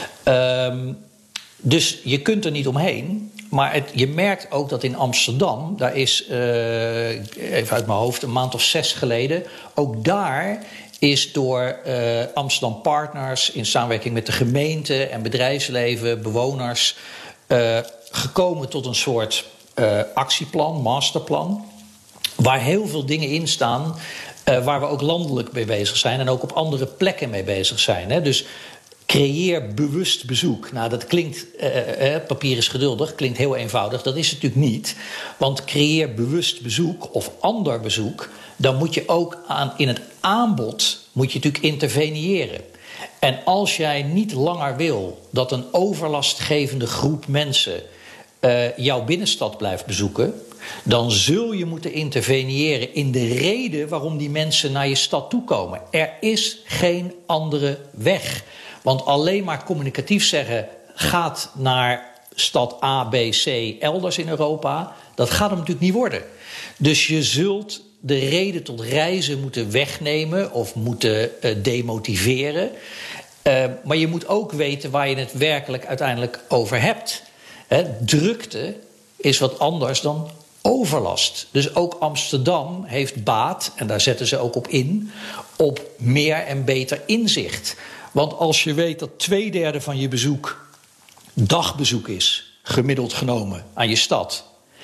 Um, dus je kunt er niet omheen. Maar het, je merkt ook dat in Amsterdam, daar is, uh, even uit mijn hoofd, een maand of zes geleden, ook daar is door uh, Amsterdam Partners in samenwerking met de gemeente en bedrijfsleven, bewoners, uh, gekomen tot een soort uh, actieplan, masterplan, waar heel veel dingen in staan uh, waar we ook landelijk mee bezig zijn en ook op andere plekken mee bezig zijn. Hè. Dus creëer bewust bezoek. Nou, dat klinkt, uh, uh, papier is geduldig, klinkt heel eenvoudig. Dat is het natuurlijk niet. Want creëer bewust bezoek of ander bezoek dan moet je ook aan, in het aanbod moet je natuurlijk interveneren. En als jij niet langer wil dat een overlastgevende groep mensen uh, jouw binnenstad blijft bezoeken, dan zul je moeten interveneren in de reden waarom die mensen naar je stad toekomen. Er is geen andere weg. Want alleen maar communicatief zeggen, gaat naar stad A, B, C, elders in Europa, dat gaat hem natuurlijk niet worden. Dus je zult de reden tot reizen moeten wegnemen of moeten uh, demotiveren. Uh, maar je moet ook weten waar je het werkelijk uiteindelijk over hebt. He, drukte is wat anders dan overlast. Dus ook Amsterdam heeft baat, en daar zetten ze ook op in, op meer en beter inzicht. Want als je weet dat twee derde van je bezoek dagbezoek is, gemiddeld genomen, aan je stad,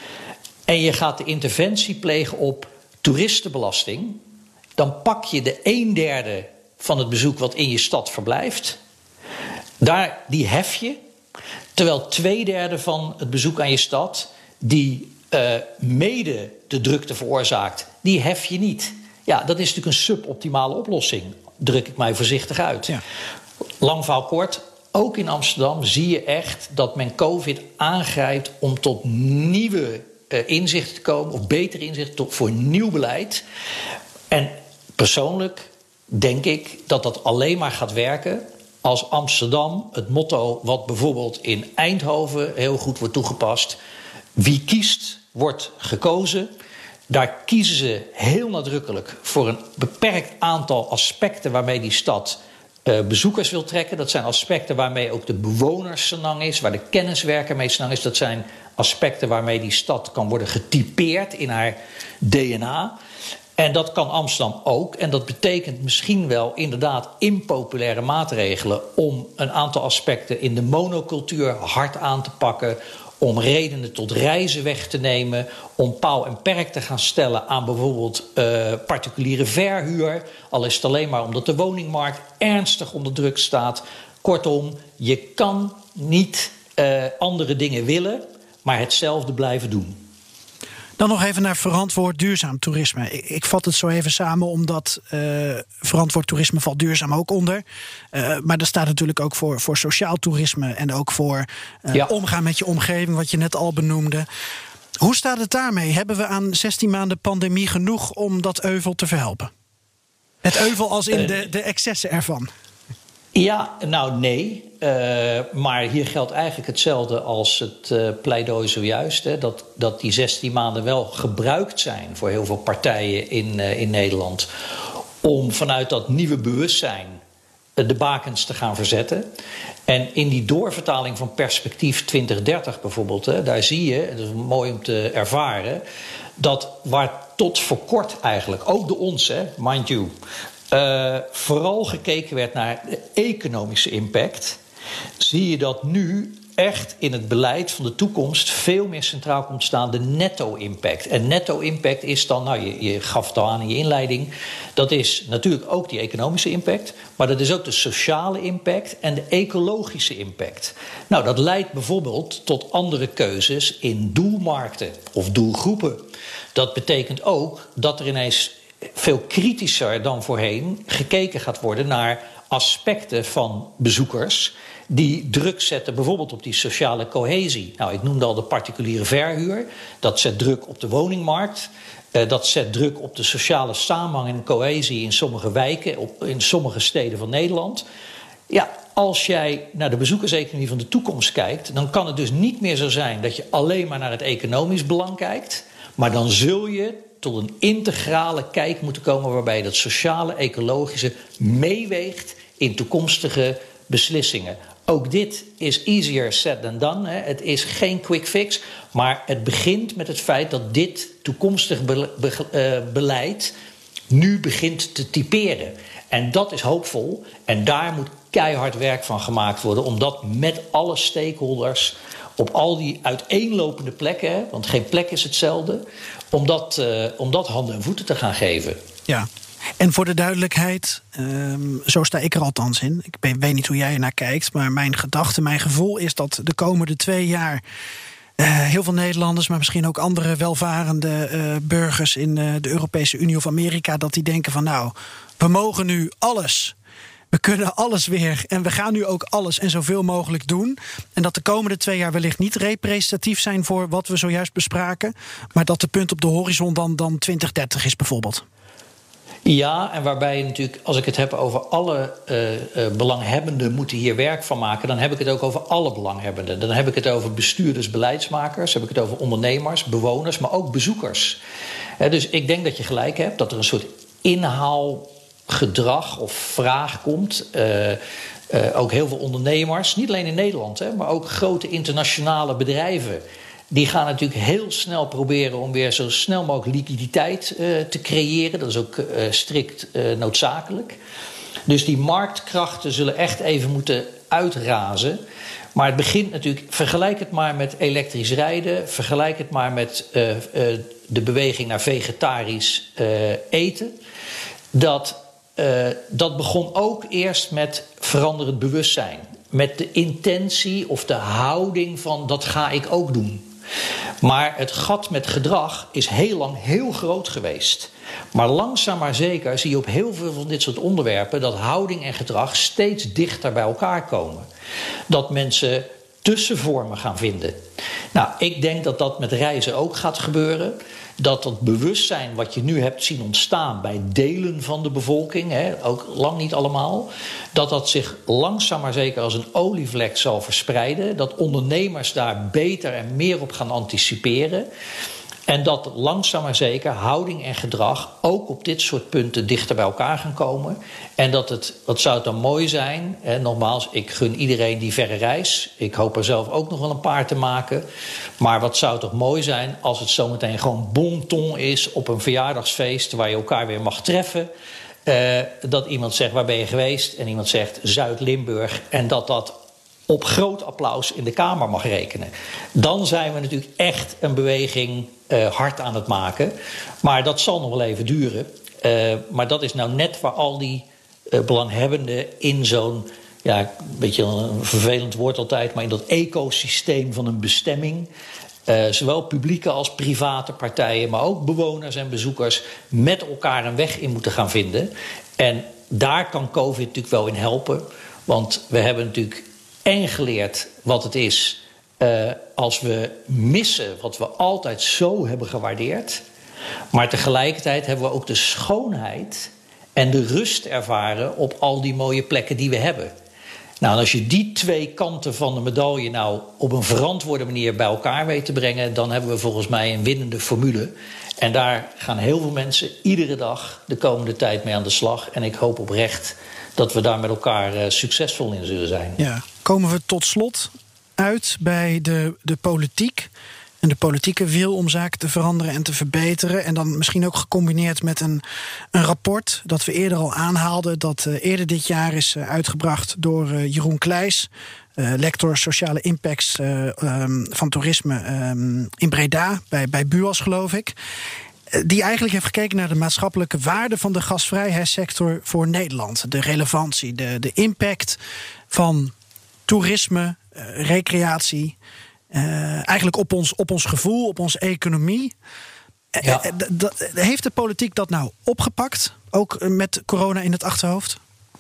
en je gaat de interventie plegen op toeristenbelasting, dan pak je de een derde van het bezoek wat in je stad verblijft, daar, die hef je, terwijl twee derde van het bezoek aan je stad, die uh, mede de drukte veroorzaakt, die hef je niet. Ja, dat is natuurlijk een suboptimale oplossing, druk ik mij voorzichtig uit. Ja. Lang verhaal kort, ook in Amsterdam zie je echt dat men COVID aangrijpt om tot nieuwe uh, inzichten te komen, of betere inzichten tot, voor nieuw beleid. En persoonlijk denk ik dat dat alleen maar gaat werken als Amsterdam het motto wat bijvoorbeeld in Eindhoven heel goed wordt toegepast, wie kiest, wordt gekozen. Daar kiezen ze heel nadrukkelijk voor een beperkt aantal aspecten waarmee die stad uh, bezoekers wil trekken. Dat zijn aspecten waarmee ook de bewoners senang is, waar de kenniswerker mee senang is. Dat zijn aspecten waarmee die stad kan worden getypeerd in haar D N A. En dat kan Amsterdam ook. En dat betekent misschien wel inderdaad impopulaire maatregelen om een aantal aspecten in de monocultuur hard aan te pakken, om redenen tot reizen weg te nemen, om paal en perk te gaan stellen aan bijvoorbeeld uh, particuliere verhuur, al is het alleen maar omdat de woningmarkt ernstig onder druk staat. Kortom, je kan niet uh, andere dingen willen, maar hetzelfde blijven doen. Dan nog even naar verantwoord duurzaam toerisme. Ik, ik vat het zo even samen, omdat uh, verantwoord toerisme valt duurzaam ook onder. Uh, maar er staat natuurlijk ook voor, voor sociaal toerisme en ook voor uh, ja. omgaan met je omgeving, wat je net al benoemde. Hoe staat het daarmee? Hebben we aan zestien maanden pandemie genoeg om dat euvel te verhelpen? Het euvel als in de, de excessen ervan. Ja, nou nee. Uh, maar hier geldt eigenlijk hetzelfde als het uh, pleidooi zojuist. Hè, dat, dat die zestien maanden wel gebruikt zijn voor heel veel partijen in, uh, in Nederland, om vanuit dat nieuwe bewustzijn uh, de bakens te gaan verzetten. En in die doorvertaling van perspectief twintig dertig bijvoorbeeld, hè, daar zie je, en dat is mooi om te ervaren, dat waar tot voor kort eigenlijk, ook door ons, hè, mind you, Uh, vooral gekeken werd naar de economische impact, zie je dat nu echt in het beleid van de toekomst veel meer centraal komt staan de netto-impact. En netto-impact is dan, nou je, je gaf het al aan in je inleiding, dat is natuurlijk ook die economische impact, maar dat is ook de sociale impact en de ecologische impact. Nou, dat leidt bijvoorbeeld tot andere keuzes in doelmarkten of doelgroepen. Dat betekent ook dat er ineens veel kritischer dan voorheen gekeken gaat worden naar aspecten van bezoekers die druk zetten bijvoorbeeld op die sociale cohesie. Nou, ik noemde al de particuliere verhuur. Dat zet druk op de woningmarkt. Uh, dat zet druk op de sociale samenhang en cohesie in sommige wijken, op, in sommige steden van Nederland. Ja, als jij naar de bezoekerseconomie van de toekomst kijkt, dan kan het dus niet meer zo zijn dat je alleen maar naar het economisch belang kijkt, maar dan zul je tot een integrale kijk moeten komen waarbij dat sociale, ecologische meeweegt in toekomstige beslissingen. Ook dit is easier said than done. Hè. Het is geen quick fix, maar het begint met het feit dat dit toekomstig be- be- uh, beleid nu begint te typeren. En dat is hoopvol en daar moet keihard werk van gemaakt worden om dat met alle stakeholders op al die uiteenlopende plekken, hè, want geen plek is hetzelfde, om dat, uh, om dat handen en voeten te gaan geven. Ja, en voor de duidelijkheid, um, zo sta ik er althans in. Ik weet niet hoe jij er naar kijkt, maar mijn gedachte, mijn gevoel is dat de komende twee jaar Uh, heel veel Nederlanders, maar misschien ook andere welvarende uh, burgers in uh, de Europese Unie of Amerika, dat die denken van nou, we mogen nu alles. We kunnen alles weer en we gaan nu ook alles en zoveel mogelijk doen. En dat de komende twee jaar wellicht niet representatief zijn voor wat we zojuist bespraken, maar dat de punt op de horizon dan, dan twintig dertig is bijvoorbeeld. Ja, en waarbij je natuurlijk, als ik het heb over alle uh, uh, belanghebbenden moeten hier werk van maken, dan heb ik het ook over alle belanghebbenden. Dan heb ik het over bestuurders, beleidsmakers, heb ik het over ondernemers, bewoners, maar ook bezoekers. Uh, dus ik denk dat je gelijk hebt, dat er een soort inhaalgedrag of vraag komt. Uh, uh, ook heel veel ondernemers, niet alleen in Nederland, hè, maar ook grote internationale bedrijven. Die gaan natuurlijk heel snel proberen om weer zo snel mogelijk liquiditeit uh, te creëren. Dat is ook uh, strikt uh, noodzakelijk. Dus die marktkrachten zullen echt even moeten uitrazen. Maar het begint natuurlijk, vergelijk het maar met elektrisch rijden. Vergelijk het maar met uh, uh, de beweging naar vegetarisch uh, eten. Dat, uh, dat begon ook eerst met veranderend bewustzijn. Met de intentie of de houding van dat ga ik ook doen. Maar het gat met gedrag is heel lang heel groot geweest. Maar langzaam maar zeker zie je op heel veel van dit soort onderwerpen dat houding en gedrag steeds dichter bij elkaar komen. Dat mensen tussenvormen gaan vinden. Nou, ik denk dat dat met reizen ook gaat gebeuren. Dat dat bewustzijn wat je nu hebt zien ontstaan bij delen van de bevolking, hè, ook lang niet allemaal, dat dat zich langzaam maar zeker als een olievlek zal verspreiden. Dat ondernemers daar beter en meer op gaan anticiperen. En dat langzaam maar zeker houding en gedrag ook op dit soort punten dichter bij elkaar gaan komen. En dat het, wat zou het dan mooi zijn, hè, nogmaals, ik gun iedereen die verre reis. Ik hoop er zelf ook nog wel een paar te maken. Maar wat zou het toch mooi zijn als het zometeen gewoon bon ton is op een verjaardagsfeest waar je elkaar weer mag treffen. Uh, dat iemand zegt, waar ben je geweest? En iemand zegt, Zuid-Limburg. En dat dat op groot applaus in de Kamer mag rekenen. Dan zijn we natuurlijk echt een beweging uh, hard aan het maken. Maar dat zal nog wel even duren. Uh, maar dat is nou net waar al die uh, belanghebbenden in zo'n, ja, een beetje een vervelend woord altijd, maar in dat ecosysteem van een bestemming, Uh, zowel publieke als private partijen, maar ook bewoners en bezoekers met elkaar een weg in moeten gaan vinden. En daar kan COVID natuurlijk wel in helpen. Want we hebben natuurlijk en geleerd wat het is uh, als we missen wat we altijd zo hebben gewaardeerd. Maar tegelijkertijd hebben we ook de schoonheid en de rust ervaren op al die mooie plekken die we hebben. Nou, en als je die twee kanten van de medaille nou op een verantwoorde manier bij elkaar weet te brengen, dan hebben we volgens mij een winnende formule. En daar gaan heel veel mensen iedere dag de komende tijd mee aan de slag. En ik hoop oprecht dat we daar met elkaar uh, succesvol in zullen zijn. Ja, komen we tot slot uit bij de, de politiek. En de politieke wil om zaken te veranderen en te verbeteren. En dan misschien ook gecombineerd met een, een rapport dat we eerder al aanhaalden. Dat uh, eerder dit jaar is uh, uitgebracht door uh, Jeroen Kleijs, uh, lector sociale impacts uh, um, van toerisme um, in Breda, bij, bij Buas geloof ik. Uh, die eigenlijk heeft gekeken naar de maatschappelijke waarde van de gastvrijheidssector voor Nederland. De relevantie, de, de impact van toerisme, uh, recreatie. Uh, eigenlijk op ons, op ons gevoel, op onze economie. Ja. Uh, d- d- heeft de politiek dat nou opgepakt? Ook met corona in het achterhoofd?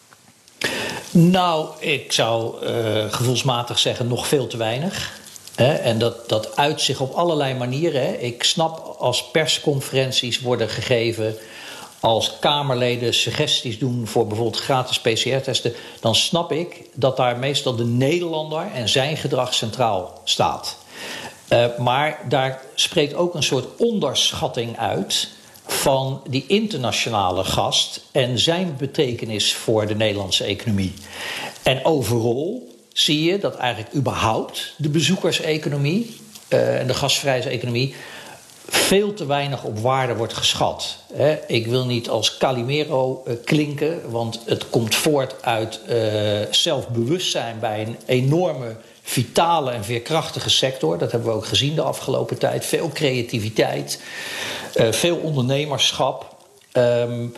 Nou, ik zou uh, gevoelsmatig zeggen nog veel te weinig. Hè? En dat, dat uit zich op allerlei manieren. Hè? Ik snap als persconferenties worden gegeven, als Kamerleden suggesties doen voor bijvoorbeeld gratis P C R-testen, dan snap ik dat daar meestal de Nederlander en zijn gedrag centraal staat. Uh, maar daar spreekt ook een soort onderschatting uit van die internationale gast en zijn betekenis voor de Nederlandse economie. En overal zie je dat eigenlijk überhaupt de bezoekerseconomie uh, en de gastvrijheidseconomie veel te weinig op waarde wordt geschat. He, ik wil niet als Calimero uh, klinken, want het komt voort uit uh, zelfbewustzijn bij een enorme, vitale en veerkrachtige sector. Dat hebben we ook gezien de afgelopen tijd. Veel creativiteit, uh, veel ondernemerschap. Um,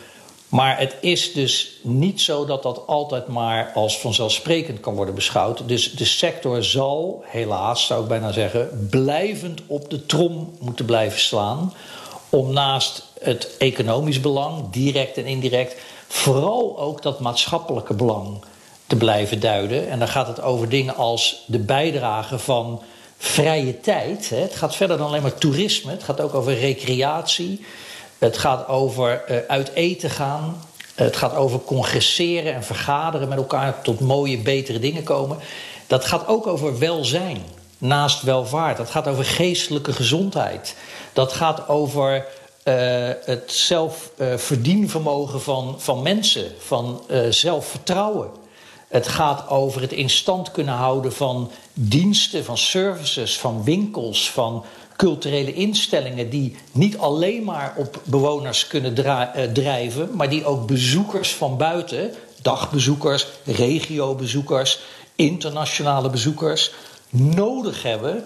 Maar het is dus niet zo dat dat altijd maar als vanzelfsprekend kan worden beschouwd. Dus de sector zal, helaas zou ik bijna zeggen, blijvend op de trom moeten blijven slaan. Om naast het economisch belang, direct en indirect, vooral ook dat maatschappelijke belang te blijven duiden. En dan gaat het over dingen als de bijdrage van vrije tijd. Het gaat verder dan alleen maar toerisme. Het gaat ook over recreatie. Het gaat over uh, uit eten gaan. Het gaat over congresseren en vergaderen met elkaar tot mooie, betere dingen komen. Dat gaat ook over welzijn, naast welvaart. Dat gaat over geestelijke gezondheid. Dat gaat over uh, het zelfverdienvermogen uh, van, van mensen, van uh, zelfvertrouwen. Het gaat over het in stand kunnen houden van diensten, van services, van winkels, van culturele instellingen die niet alleen maar op bewoners kunnen dra- uh, drijven, maar die ook bezoekers van buiten, dagbezoekers, regiobezoekers, internationale bezoekers, nodig hebben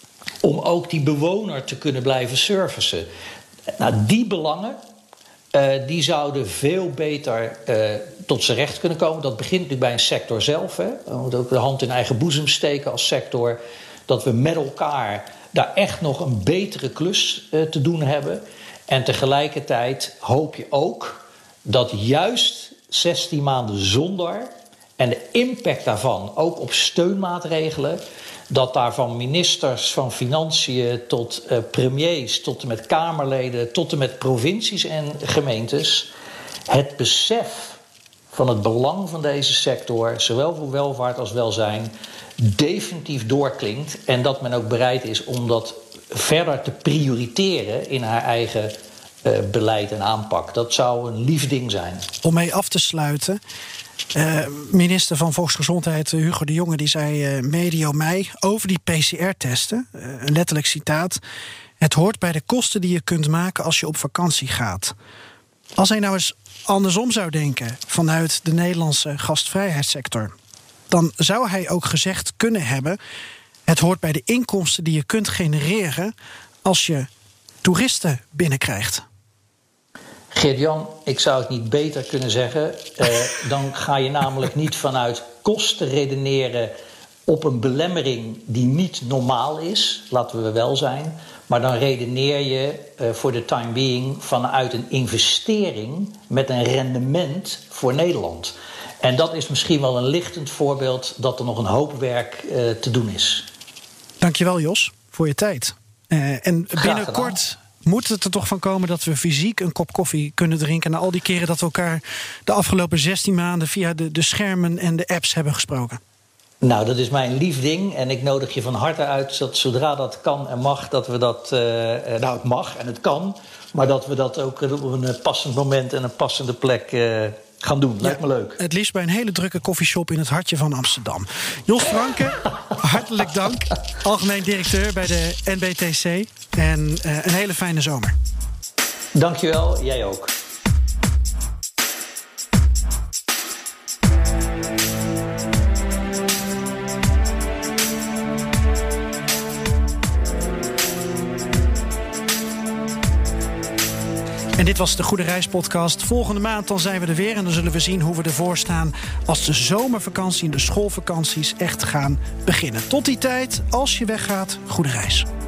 om ook die bewoner te kunnen blijven servicen. Nou, die belangen, uh, die zouden veel beter uh, tot z'n recht kunnen komen. Dat begint nu bij een sector zelf. Hè. We moeten ook de hand in eigen boezem steken als sector. Dat we met elkaar daar echt nog een betere klus uh, te doen hebben. En tegelijkertijd hoop je ook dat juist zestien maanden zonder en de impact daarvan, ook op steunmaatregelen, dat daar van ministers van Financiën tot uh, premiers, tot en met Kamerleden, tot en met provincies en gemeentes, het besef van het belang van deze sector, zowel voor welvaart als welzijn, definitief doorklinkt. En dat men ook bereid is om dat verder te prioriteren in haar eigen uh, beleid en aanpak. Dat zou een lief ding zijn. Om mee af te sluiten. Uh, minister van Volksgezondheid Hugo de Jonge die zei uh, medio mei over die P C R-testen. Uh, een letterlijk citaat. Het hoort bij de kosten die je kunt maken als je op vakantie gaat. Als hij nou eens andersom zou denken vanuit de Nederlandse gastvrijheidssector, dan zou hij ook gezegd kunnen hebben: het hoort bij de inkomsten die je kunt genereren als je toeristen binnenkrijgt. Geert-Jan, ik zou het niet beter kunnen zeggen. Uh, dan ga je namelijk niet vanuit kosten redeneren op een belemmering die niet normaal is, laten we wel zijn. Maar dan redeneer je uh, voor de time being vanuit een investering met een rendement voor Nederland. En dat is misschien wel een lichtend voorbeeld dat er nog een hoop werk uh, te doen is. Dankjewel Jos, voor je tijd. Uh, en binnenkort moet het er toch van komen dat we fysiek een kop koffie kunnen drinken na al die keren dat we elkaar de afgelopen zestien maanden via de, de schermen en de apps hebben gesproken. Nou, dat is mijn lief ding en ik nodig je van harte uit dat zodra dat kan en mag, dat we dat, uh, nou het mag en het kan, maar dat we dat ook op een passend moment en een passende plek uh, gaan doen. Lijkt ja, me leuk. Het liefst bij een hele drukke koffieshop in het hartje van Amsterdam. Jos Franke, hartelijk dank. Algemeen directeur bij de N B T C. En uh, een hele fijne zomer. Dankjewel, jij ook. En dit was de Goede Reis podcast. Volgende maand dan zijn we er weer en dan zullen we zien hoe we ervoor staan als de zomervakantie en de schoolvakanties echt gaan beginnen. Tot die tijd, als je weggaat, goede reis.